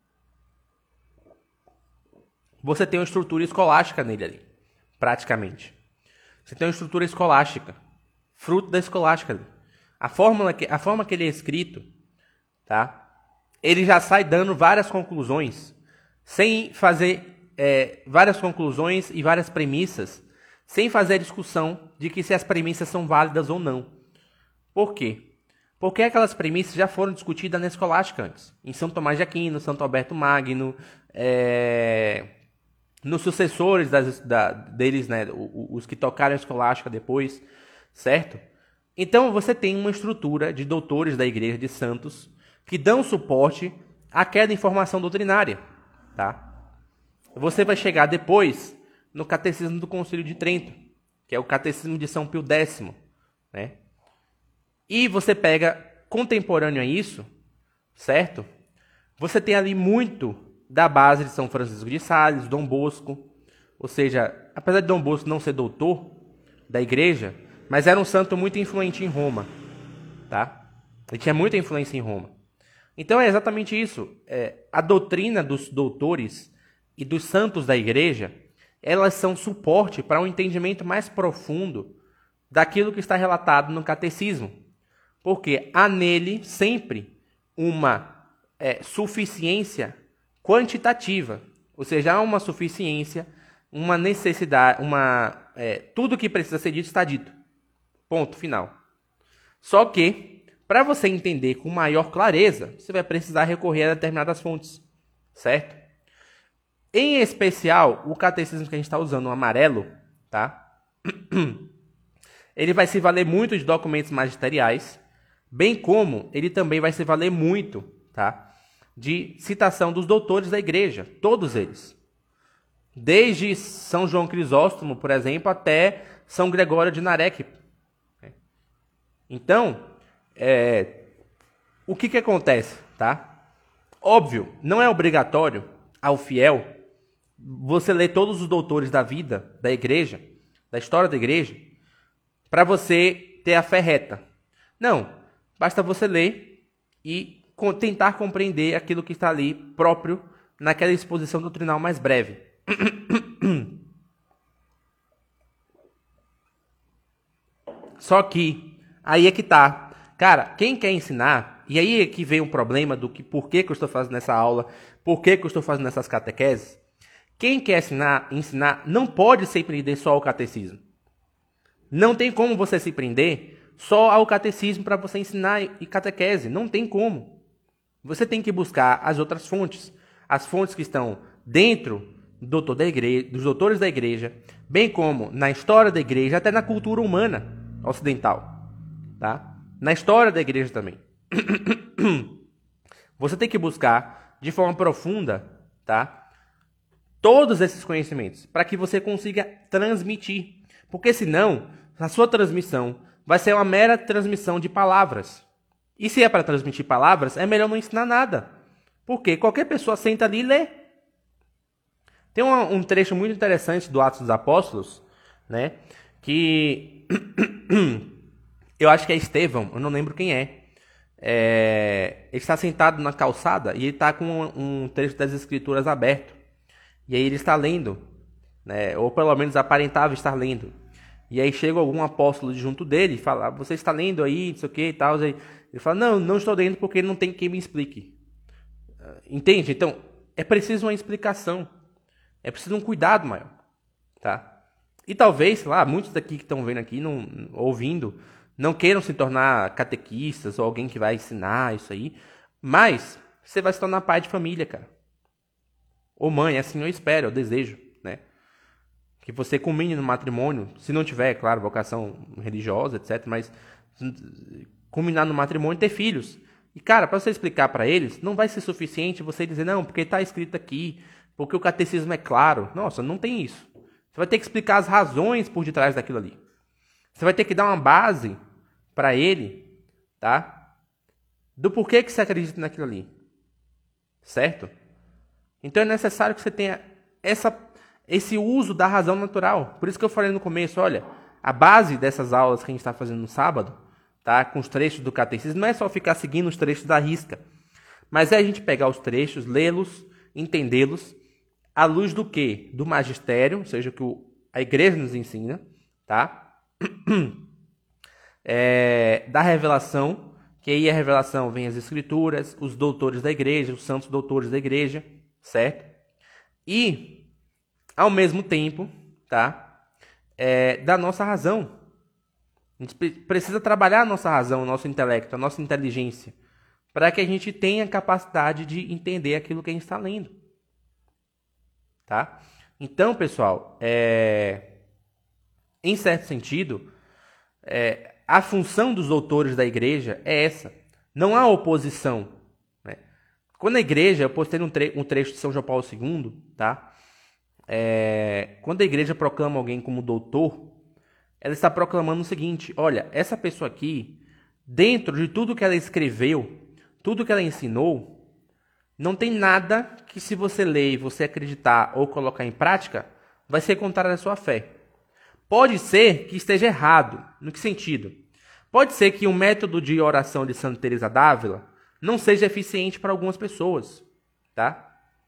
Você tem uma estrutura escolástica nele ali, praticamente. Você tem uma estrutura escolástica, fruto da escolástica ali. A forma que ele é escrito, tá? Ele já sai dando várias conclusões, sem fazer várias conclusões e várias premissas, sem fazer a discussão de que se as premissas são válidas ou não. Por quê? Porque aquelas premissas já foram discutidas na escolástica antes, em São Tomás de Aquino, Santo Alberto Magno, nos sucessores deles, né, os que tocaram a escolástica depois, certo? Então você tem uma estrutura de doutores da igreja, de santos, que dão suporte àquela informação doutrinária, tá? Você vai chegar depois no Catecismo do Concílio de Trento, que é o Catecismo de São Pio X, né? E você pega contemporâneo a isso, certo? Você tem ali muito da base de São Francisco de Sales, Dom Bosco, ou seja, apesar de Dom Bosco não ser doutor da igreja, Mas era um santo muito influente em Roma, tá? Ele tinha muita influência em Roma. Então é exatamente isso. A doutrina dos doutores e dos santos da igreja, elas são suporte para um entendimento mais profundo daquilo que está relatado no catecismo. Porque há nele sempre uma suficiência quantitativa. Ou seja, há uma suficiência, uma necessidade, tudo que precisa ser dito está dito. Ponto final. Só que, para você entender com maior clareza, você vai precisar recorrer a determinadas fontes, certo? Em especial, o catecismo que a gente está usando, o amarelo, tá? Ele vai se valer muito de documentos magisteriais, bem como ele também vai se valer muito, tá? De citação dos doutores da igreja, todos eles. Desde São João Crisóstomo, por exemplo, até São Gregório de Narek. Então, o que acontece, tá? Óbvio, não é obrigatório ao fiel você ler todos os doutores da vida, da igreja, da história da igreja, para você ter a fé reta. Não, basta você ler e tentar compreender aquilo que está ali próprio naquela exposição doutrinal mais breve. Só que, aí é que tá. Cara, quem quer ensinar, e aí é que vem um problema do que por que eu estou fazendo essa aula, por que eu estou fazendo essas catequeses. Quem quer ensinar não pode se prender só ao catecismo. Não tem como você se prender só ao catecismo para você ensinar e catequese. Não tem como. Você tem que buscar as outras fontes. As fontes que estão dentro dos doutores da igreja, bem como na história da igreja, até na cultura humana ocidental. Tá? Na história da igreja também. Você tem que buscar de forma profunda, tá? Todos esses conhecimentos, para que você consiga transmitir. Porque senão, a sua transmissão vai ser uma mera transmissão de palavras. E se é para transmitir palavras, é melhor não ensinar nada. Porque qualquer pessoa senta ali e lê. Tem um trecho muito interessante do Atos dos Apóstolos, né? Que eu acho que é Estevão, eu não lembro quem é. Ele está sentado na calçada e ele está com um trecho das Escrituras aberto. E aí ele está lendo, né? Ou pelo menos aparentava estar lendo. E aí chega algum apóstolo junto dele e fala: você está lendo aí, não sei o que e tal. Aí ele fala: não estou lendo porque não tem quem me explique. Entende? Então, é preciso uma explicação. É preciso um cuidado maior. Tá? E talvez, sei lá, muitos daqui que estão vendo aqui, ouvindo, não queiram se tornar catequistas ou alguém que vai ensinar isso aí. Mas você vai se tornar pai de família, cara. Ou mãe, assim eu espero, eu desejo, né? Que você culmine no matrimônio, se não tiver, claro, vocação religiosa, etc. Mas culminar no matrimônio e ter filhos. E, cara, para você explicar para eles, não vai ser suficiente você dizer, não, porque está escrito aqui, porque o catecismo é claro. Nossa, não tem isso. Você vai ter que explicar as razões por detrás daquilo ali. Você vai ter que dar uma base para ele, tá? Do porquê que você acredita naquilo ali. Certo? Então é necessário que você tenha esse uso da razão natural. Por isso que eu falei no começo, olha, a base dessas aulas que a gente está fazendo no sábado, tá, com os trechos do catecismo, não é só ficar seguindo os trechos da risca, mas é a gente pegar os trechos, lê-los, entendê-los, à luz do quê? Do magistério, ou seja, o que a igreja nos ensina, tá? Da revelação, que aí a revelação vem as escrituras, os doutores da igreja, os santos doutores da igreja, certo? E, ao mesmo tempo, tá? Da nossa razão. A gente precisa trabalhar a nossa razão, o nosso intelecto, a nossa inteligência, para que a gente tenha capacidade de entender aquilo que a gente está lendo. Tá? Então, pessoal, em certo sentido, a função dos doutores da igreja é essa. Não há oposição. Quando a igreja, eu postei um trecho de São João Paulo II, tá? Quando a igreja proclama alguém como doutor, ela está proclamando o seguinte: olha, essa pessoa aqui, dentro de tudo que ela escreveu, tudo que ela ensinou, não tem nada que, se você ler e você acreditar ou colocar em prática, vai ser contrário à sua fé. Pode ser que esteja errado. No que sentido? Pode ser que o método de oração de Santa Teresa d'Ávila não seja eficiente para algumas pessoas, tá?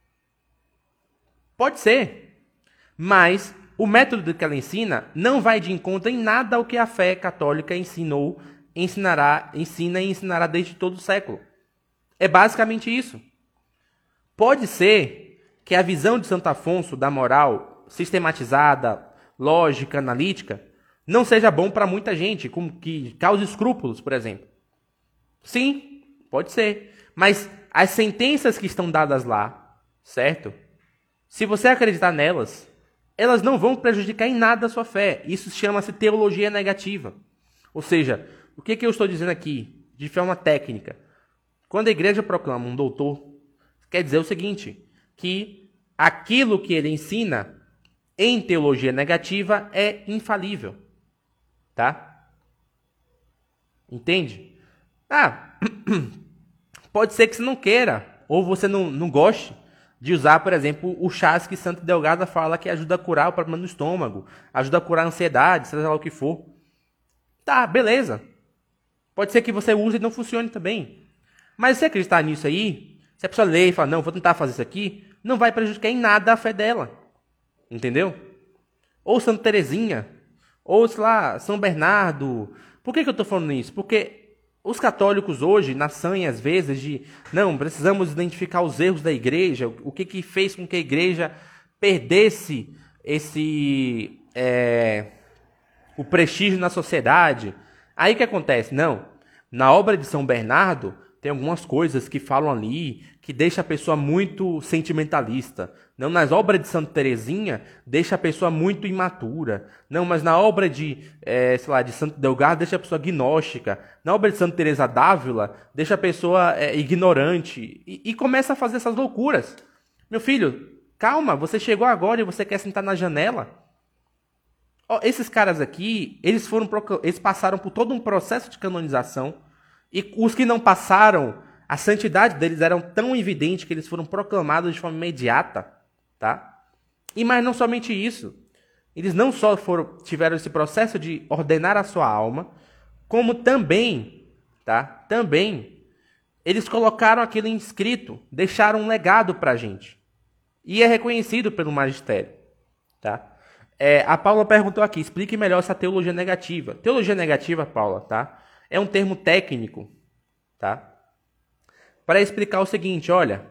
Pode ser. Mas o método que ela ensina não vai de encontro em nada ao que a fé católica ensina e ensinará desde todo o século. É basicamente isso. Pode ser que a visão de Santo Afonso da moral sistematizada, lógica, analítica, não seja bom para muita gente, que cause escrúpulos, por exemplo. Sim, pode ser. Mas as sentenças que estão dadas lá, certo? Se você acreditar nelas, elas não vão prejudicar em nada a sua fé. Isso chama-se teologia negativa. Ou seja, o que eu estou dizendo aqui, de forma técnica? Quando a igreja proclama um doutor, quer dizer o seguinte, que aquilo que ele ensina em teologia negativa é infalível. Tá? Entende? Pode ser que você não queira, ou você não goste de usar, por exemplo, o chás que Santa Delgada fala que ajuda a curar o problema do estômago, ajuda a curar a ansiedade, seja lá o que for. Tá, beleza. Pode ser que você use e não funcione também. Mas se você acreditar nisso aí, se a pessoa ler e falar, não, vou tentar fazer isso aqui, não vai prejudicar em nada a fé dela. Entendeu? Ou Santa Teresinha, ou, sei lá, São Bernardo. Por que eu estou falando isso? Porque os católicos hoje, na sanha, às vezes, de não, precisamos identificar os erros da igreja, o que fez com que a igreja perdesse o prestígio na sociedade. Aí o que acontece? Não, na obra de São Bernardo, tem algumas coisas que falam ali, que deixa a pessoa muito sentimentalista. Não, nas obras de Santa Teresinha, deixa a pessoa muito imatura. Não, mas na obra de Santo Delgado, deixa a pessoa gnóstica. Na obra de Santa Teresa d'Ávila, deixa a pessoa ignorante. E começa a fazer essas loucuras. Meu filho, calma, você chegou agora e você quer sentar na janela? Esses caras aqui, eles passaram por todo um processo de canonização. E os que não passaram, a santidade deles era tão evidente que eles foram proclamados de forma imediata, tá? Mas não somente isso. Eles não só tiveram esse processo de ordenar a sua alma, como também, tá? Também, eles colocaram aquilo em escrito, deixaram um legado para a gente. E é reconhecido pelo magistério, tá? A Paula perguntou aqui, explique melhor essa teologia negativa. Teologia negativa, Paula, tá? É um termo técnico, tá? Para explicar o seguinte, olha,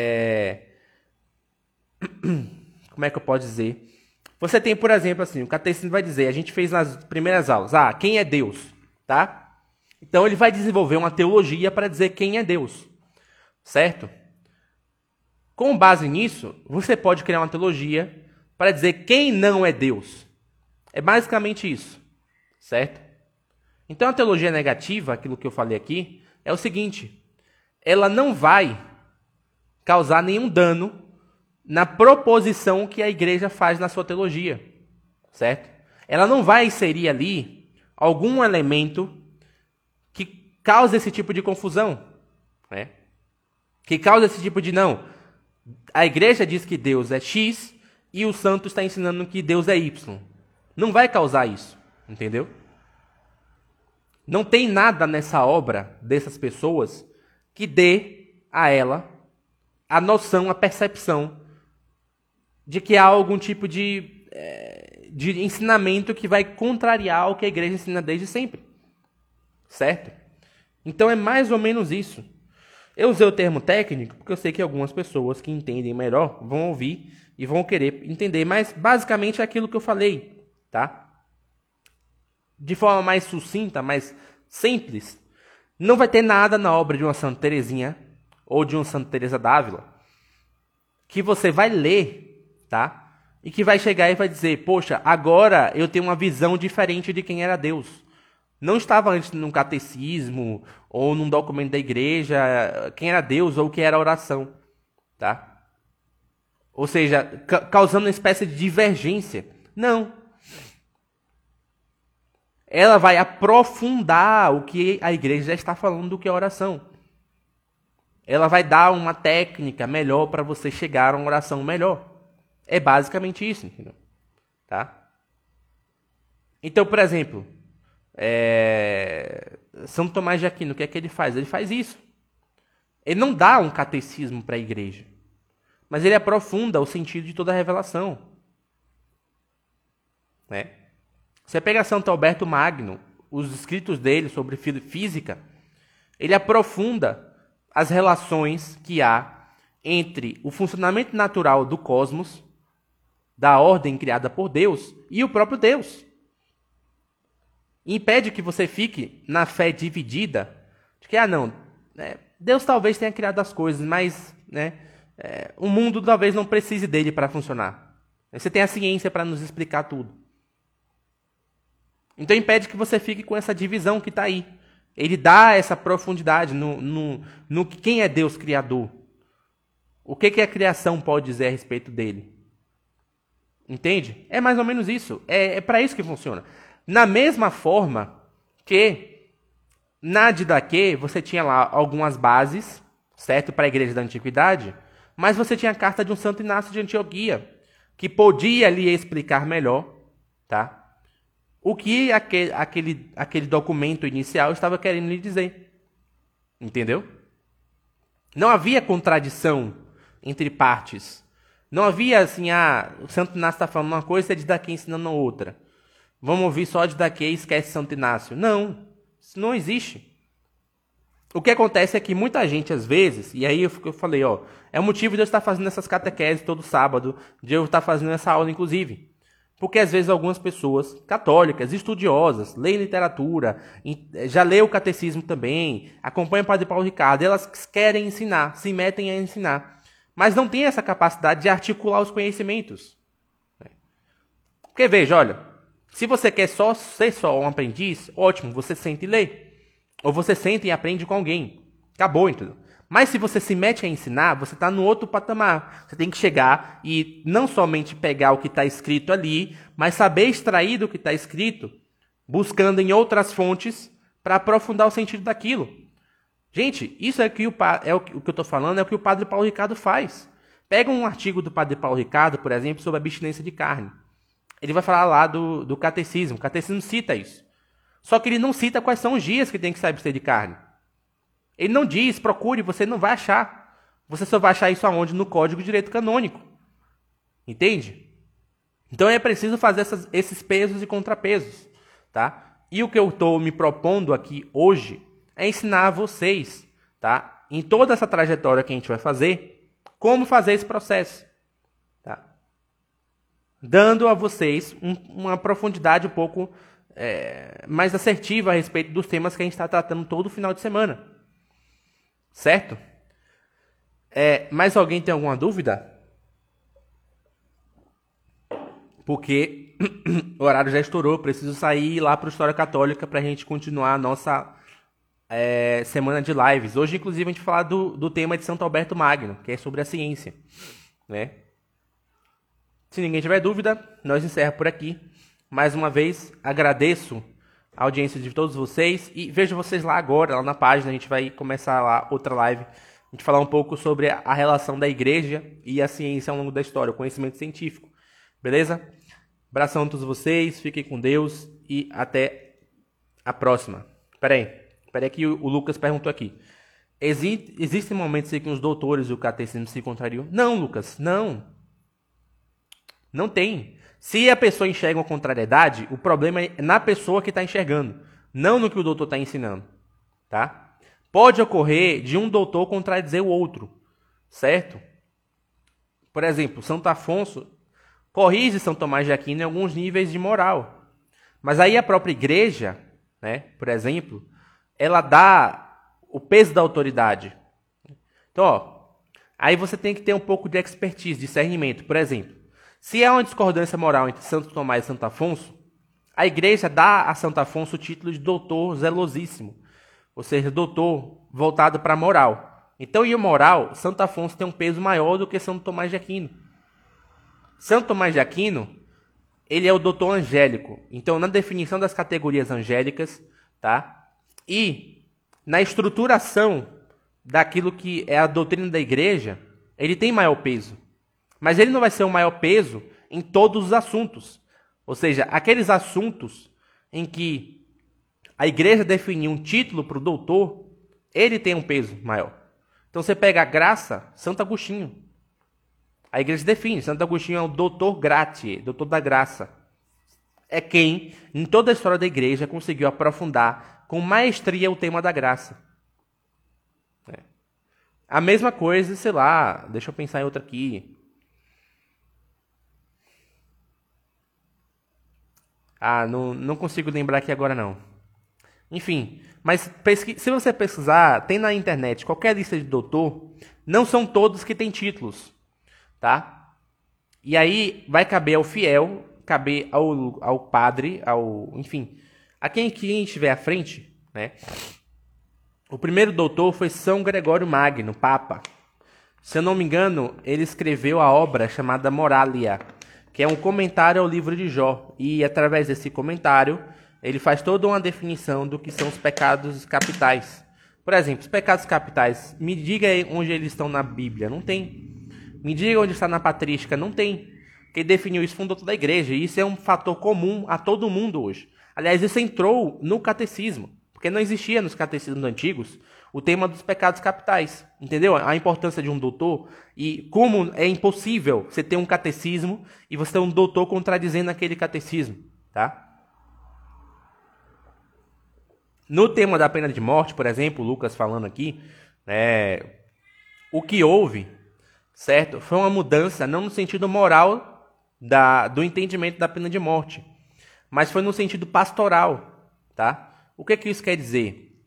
como é que eu posso dizer? Você tem, por exemplo, assim, o catecismo vai dizer, a gente fez nas primeiras aulas, quem é Deus, tá? Então ele vai desenvolver uma teologia para dizer quem é Deus, certo? Com base nisso, você pode criar uma teologia para dizer quem não é Deus. É basicamente isso, certo? Então a teologia negativa, aquilo que eu falei aqui, é o seguinte, ela não vai causar nenhum dano na proposição que a igreja faz na sua teologia, certo? Ela não vai inserir ali algum elemento que cause esse tipo de confusão, né? Que cause esse tipo de não. A igreja diz que Deus é X e o santo está ensinando que Deus é Y. Não vai causar isso, entendeu? Não tem nada nessa obra dessas pessoas que dê a ela a noção, a percepção de que há algum tipo de ensinamento que vai contrariar o que a igreja ensina desde sempre. Certo? Então é mais ou menos isso. Eu usei o termo técnico porque eu sei que algumas pessoas que entendem melhor vão ouvir e vão querer entender, mas basicamente é aquilo que eu falei, tá? De forma mais sucinta, mais simples, não vai ter nada na obra de uma Santa Teresinha ou de uma Santa Teresa d'Ávila que você vai ler, tá? E que vai chegar e vai dizer, poxa, agora eu tenho uma visão diferente de quem era Deus. Não estava antes num catecismo ou num documento da igreja quem era Deus ou o que era oração, tá? Ou seja, causando uma espécie de divergência. Não. Ela vai aprofundar o que a igreja já está falando do que é oração. Ela vai dar uma técnica melhor para você chegar a uma oração melhor. É basicamente isso, entendeu? Tá? Então, por exemplo, São Tomás de Aquino, o que é que ele faz? Ele faz isso. Ele não dá um catecismo para a igreja, mas ele aprofunda o sentido de toda a revelação. Né? Você pega Santo Alberto Magno, os escritos dele sobre física, ele aprofunda as relações que há entre o funcionamento natural do cosmos, da ordem criada por Deus, e o próprio Deus. Impede que você fique na fé dividida, de que, Deus talvez tenha criado as coisas, mas o mundo talvez não precise dele para funcionar. Você tem a ciência para nos explicar tudo. Então impede que você fique com essa divisão que está aí. Ele dá essa profundidade no quem é Deus criador. O que a criação pode dizer a respeito dele. Entende? É mais ou menos isso. É para isso que funciona. Na mesma forma que na Didaquê você tinha lá algumas bases, certo, para a igreja da antiguidade, mas você tinha a carta de um Santo Inácio de Antioquia, que podia lhe explicar melhor, tá? O que aquele documento inicial estava querendo lhe dizer. Entendeu? Não havia contradição entre partes. Não havia assim, o Santo Inácio está falando uma coisa e a Didaquê ensinando outra. Vamos ouvir só a Didaquê e esquece Santo Inácio. Não, isso não existe. O que acontece é que muita gente, às vezes, e aí eu falei, é o motivo de eu estar fazendo essas catequeses todo sábado, de eu estar fazendo essa aula, inclusive. Porque, às vezes, algumas pessoas católicas, estudiosas, leem literatura, já lê o catecismo também, acompanham o Padre Paulo Ricardo, elas querem ensinar, se metem a ensinar, mas não têm essa capacidade de articular os conhecimentos. Porque, veja, olha, se você quer ser só um aprendiz, ótimo, você senta e lê. Ou você senta e aprende com alguém. Acabou, entendeu? Mas se você se mete a ensinar, você está no outro patamar. Você tem que chegar e não somente pegar o que está escrito ali, mas saber extrair do que está escrito, buscando em outras fontes para aprofundar o sentido daquilo. Gente, isso é o que eu estou falando, é o que o Padre Paulo Ricardo faz. Pega um artigo do Padre Paulo Ricardo, por exemplo, sobre a abstinência de carne. Ele vai falar lá do catecismo. O catecismo cita isso. Só que ele não cita quais são os dias que tem que se abster de carne. Ele não diz, procure, você não vai achar. Você só vai achar isso aonde? No Código de Direito Canônico. Entende? Então é preciso fazer esses pesos e contrapesos. Tá? E o que eu estou me propondo aqui hoje é ensinar a vocês, tá? Em toda essa trajetória que a gente vai fazer, como fazer esse processo. Tá? Dando a vocês uma profundidade um pouco mais assertiva a respeito dos temas que a gente está tratando todo final de semana. Certo? Mais alguém tem alguma dúvida? Porque o horário já estourou, preciso sair lá para o História Católica para a gente continuar a nossa semana de lives. Hoje, inclusive, a gente vai falar do tema de Santo Alberto Magno, que é sobre a ciência. Né? Se ninguém tiver dúvida, nós encerramos por aqui. Mais uma vez, agradeço a audiência de todos vocês e vejo vocês lá agora, lá na página. A gente vai começar lá outra live, a gente falar um pouco sobre a relação da igreja e a ciência ao longo da história, o conhecimento científico. Beleza? Abração a todos vocês, fiquem com Deus e até a próxima. Peraí que o Lucas perguntou aqui. Existem momentos em que os doutores do catecismo se contrariam? Não, Lucas, não. Não tem. Se a pessoa enxerga uma contrariedade, o problema é na pessoa que está enxergando, não no que o doutor está ensinando. Tá? Pode ocorrer de um doutor contradizer o outro, certo? Por exemplo, Santo Afonso corrige São Tomás de Aquino em alguns níveis de moral. Mas aí a própria igreja, né, por exemplo, ela dá o peso da autoridade. Então, aí você tem que ter um pouco de expertise, discernimento. Por exemplo, se há uma discordância moral entre Santo Tomás e Santo Afonso, a igreja dá a Santo Afonso o título de doutor zelosíssimo, ou seja, doutor voltado para a moral. Então, em moral, Santo Afonso tem um peso maior do que Santo Tomás de Aquino. Santo Tomás de Aquino, ele é o doutor angélico. Então, na definição das categorias angélicas, tá? E na estruturação daquilo que é a doutrina da igreja, ele tem maior peso. Mas ele não vai ser o maior peso em todos os assuntos. Ou seja, aqueles assuntos em que a igreja definiu um título para o doutor, ele tem um peso maior. Então você pega a graça, Santo Agostinho. A igreja define, Santo Agostinho é o doutor gratiae, doutor da graça. É quem, em toda a história da igreja, conseguiu aprofundar com maestria o tema da graça. A mesma coisa, sei lá, deixa eu pensar em outra aqui. Não consigo lembrar aqui agora não. Enfim, mas se você pesquisar, tem na internet qualquer lista de doutor, não são todos que têm títulos, tá? E aí vai caber ao fiel, caber ao padre, enfim, a quem estiver à frente, né? O primeiro doutor foi São Gregório Magno, Papa. Se eu não me engano, ele escreveu a obra chamada Moralia, que é um comentário ao livro de Jó. E através desse comentário, ele faz toda uma definição do que são os pecados capitais. Por exemplo, os pecados capitais, me diga aí onde eles estão na Bíblia. Não tem. Me diga onde está na patrística. Não tem. Quem definiu isso foi um doutor da igreja. E isso é um fator comum a todo mundo hoje. Aliás, isso entrou no catecismo. Porque não existia nos catecismos antigos o tema dos pecados capitais. Entendeu? A importância de um doutor e como é impossível você ter um catecismo e você ter um doutor contradizendo aquele catecismo. Tá? No tema da pena de morte, por exemplo, Lucas falando aqui, o que houve, certo? Foi uma mudança não no sentido moral do entendimento da pena de morte, mas foi no sentido pastoral, tá? O que isso quer dizer?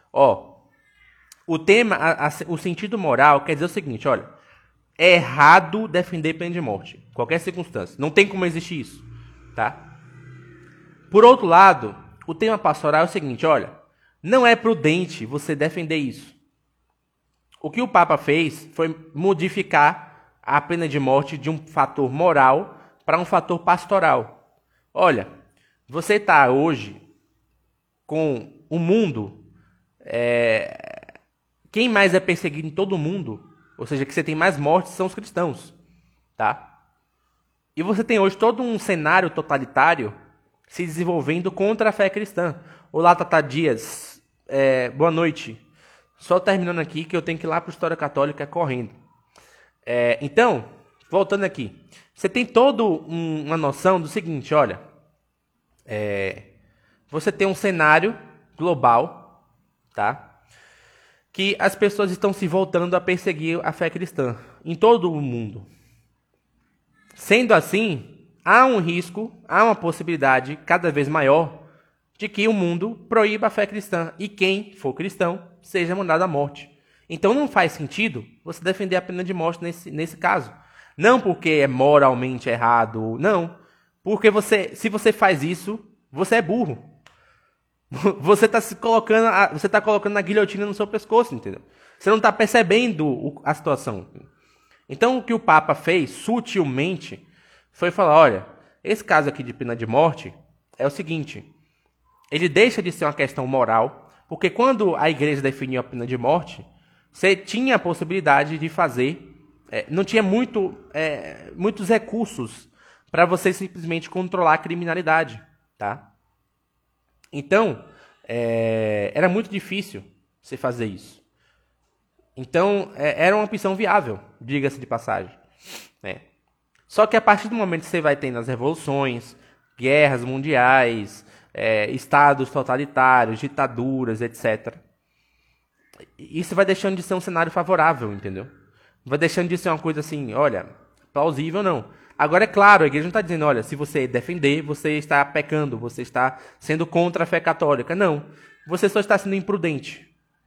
O sentido moral quer dizer o seguinte, olha, é errado defender pena de morte, em qualquer circunstância, não tem como existir isso, tá? Por outro lado, o tema pastoral é o seguinte, olha, não é prudente você defender isso. O que o Papa fez foi modificar a pena de morte de um fator moral para um fator pastoral. Olha, você está hoje com o mundo, quem mais é perseguido em todo o mundo, ou seja, que você tem mais mortes, são os cristãos, tá? E você tem hoje todo um cenário totalitário se desenvolvendo contra a fé cristã. Olá, Tata Dias, boa noite. Só terminando aqui que eu tenho que ir lá para a História Católica correndo. Então, voltando aqui, você tem toda uma noção do seguinte, olha, você tem um cenário global, tá? Que as pessoas estão se voltando a perseguir a fé cristã em todo o mundo. Sendo assim, há um risco, há uma possibilidade cada vez maior de que o mundo proíba a fé cristã e quem for cristão seja mandado à morte. Então não faz sentido você defender a pena de morte nesse caso. Não porque é moralmente errado, não. Porque se você faz isso, você é burro. Você está colocando a guilhotina no seu pescoço, entendeu? Você não está percebendo a situação. Então o que o Papa fez, sutilmente, foi falar, olha, esse caso aqui de pena de morte é o seguinte, ele deixa de ser uma questão moral, porque quando a igreja definiu a pena de morte, você tinha a possibilidade de fazer, não tinha muitos recursos para você simplesmente controlar a criminalidade, tá? Então, era muito difícil você fazer isso. Então, era uma opção viável, diga-se de passagem. Só que a partir do momento que você vai tendo as revoluções, guerras mundiais, estados totalitários, ditaduras, etc., isso vai deixando de ser um cenário favorável, entendeu? Vai deixando de ser uma coisa assim, olha, plausível não. Agora, é claro, a igreja não está dizendo, olha, se você defender, você está pecando, você está sendo contra a fé católica. Não, você só está sendo imprudente.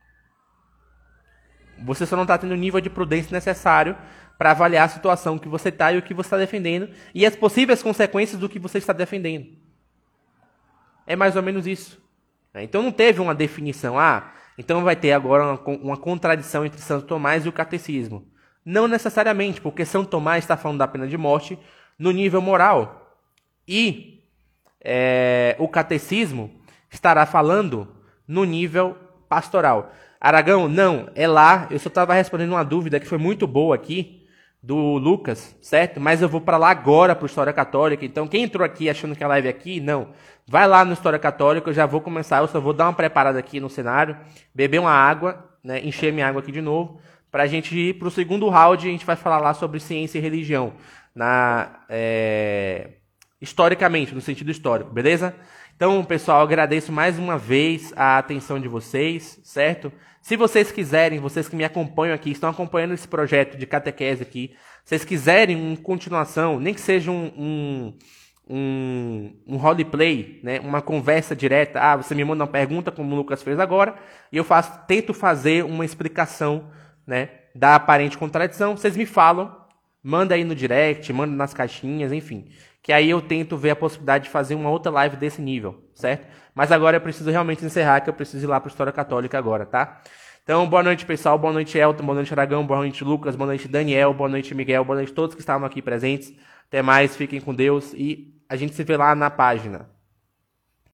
Você só não está tendo o nível de prudência necessário para avaliar a situação que você está e o que você está defendendo e as possíveis consequências do que você está defendendo. É mais ou menos isso. Então não teve uma definição. Então vai ter agora uma contradição entre Santo Tomás e o catecismo. Não necessariamente, porque São Tomás está falando da pena de morte no nível moral. E o catecismo estará falando no nível pastoral. Aragão, não, é lá. Eu só estava respondendo uma dúvida que foi muito boa aqui, do Lucas, certo? Mas eu vou para lá agora pro História Católica. Então, quem entrou aqui achando que a live é aqui, não. Vai lá no História Católica, eu já vou começar, eu só vou dar uma preparada aqui no cenário, beber uma água, né, encher minha água aqui de novo, pra gente ir pro segundo round, a gente vai falar lá sobre ciência e religião, historicamente, no sentido histórico, beleza? Então, pessoal, eu agradeço mais uma vez a atenção de vocês, certo? Se vocês quiserem, vocês que me acompanham aqui, estão acompanhando esse projeto de catequese aqui, se vocês quiserem uma continuação, nem que seja um roleplay, né? Uma conversa direta, você me manda uma pergunta, como o Lucas fez agora, e eu tento fazer uma explicação, né, da aparente contradição, vocês me falam, manda aí no direct, manda nas caixinhas, enfim, que aí eu tento ver a possibilidade de fazer uma outra live desse nível, certo? Mas agora eu preciso realmente encerrar, que eu preciso ir lá para a História Católica agora, tá? Então, boa noite, pessoal, boa noite, Elton, boa noite, Aragão, boa noite, Lucas, boa noite, Daniel, boa noite, Miguel, boa noite a todos que estavam aqui presentes. Até mais, fiquem com Deus e a gente se vê lá na página.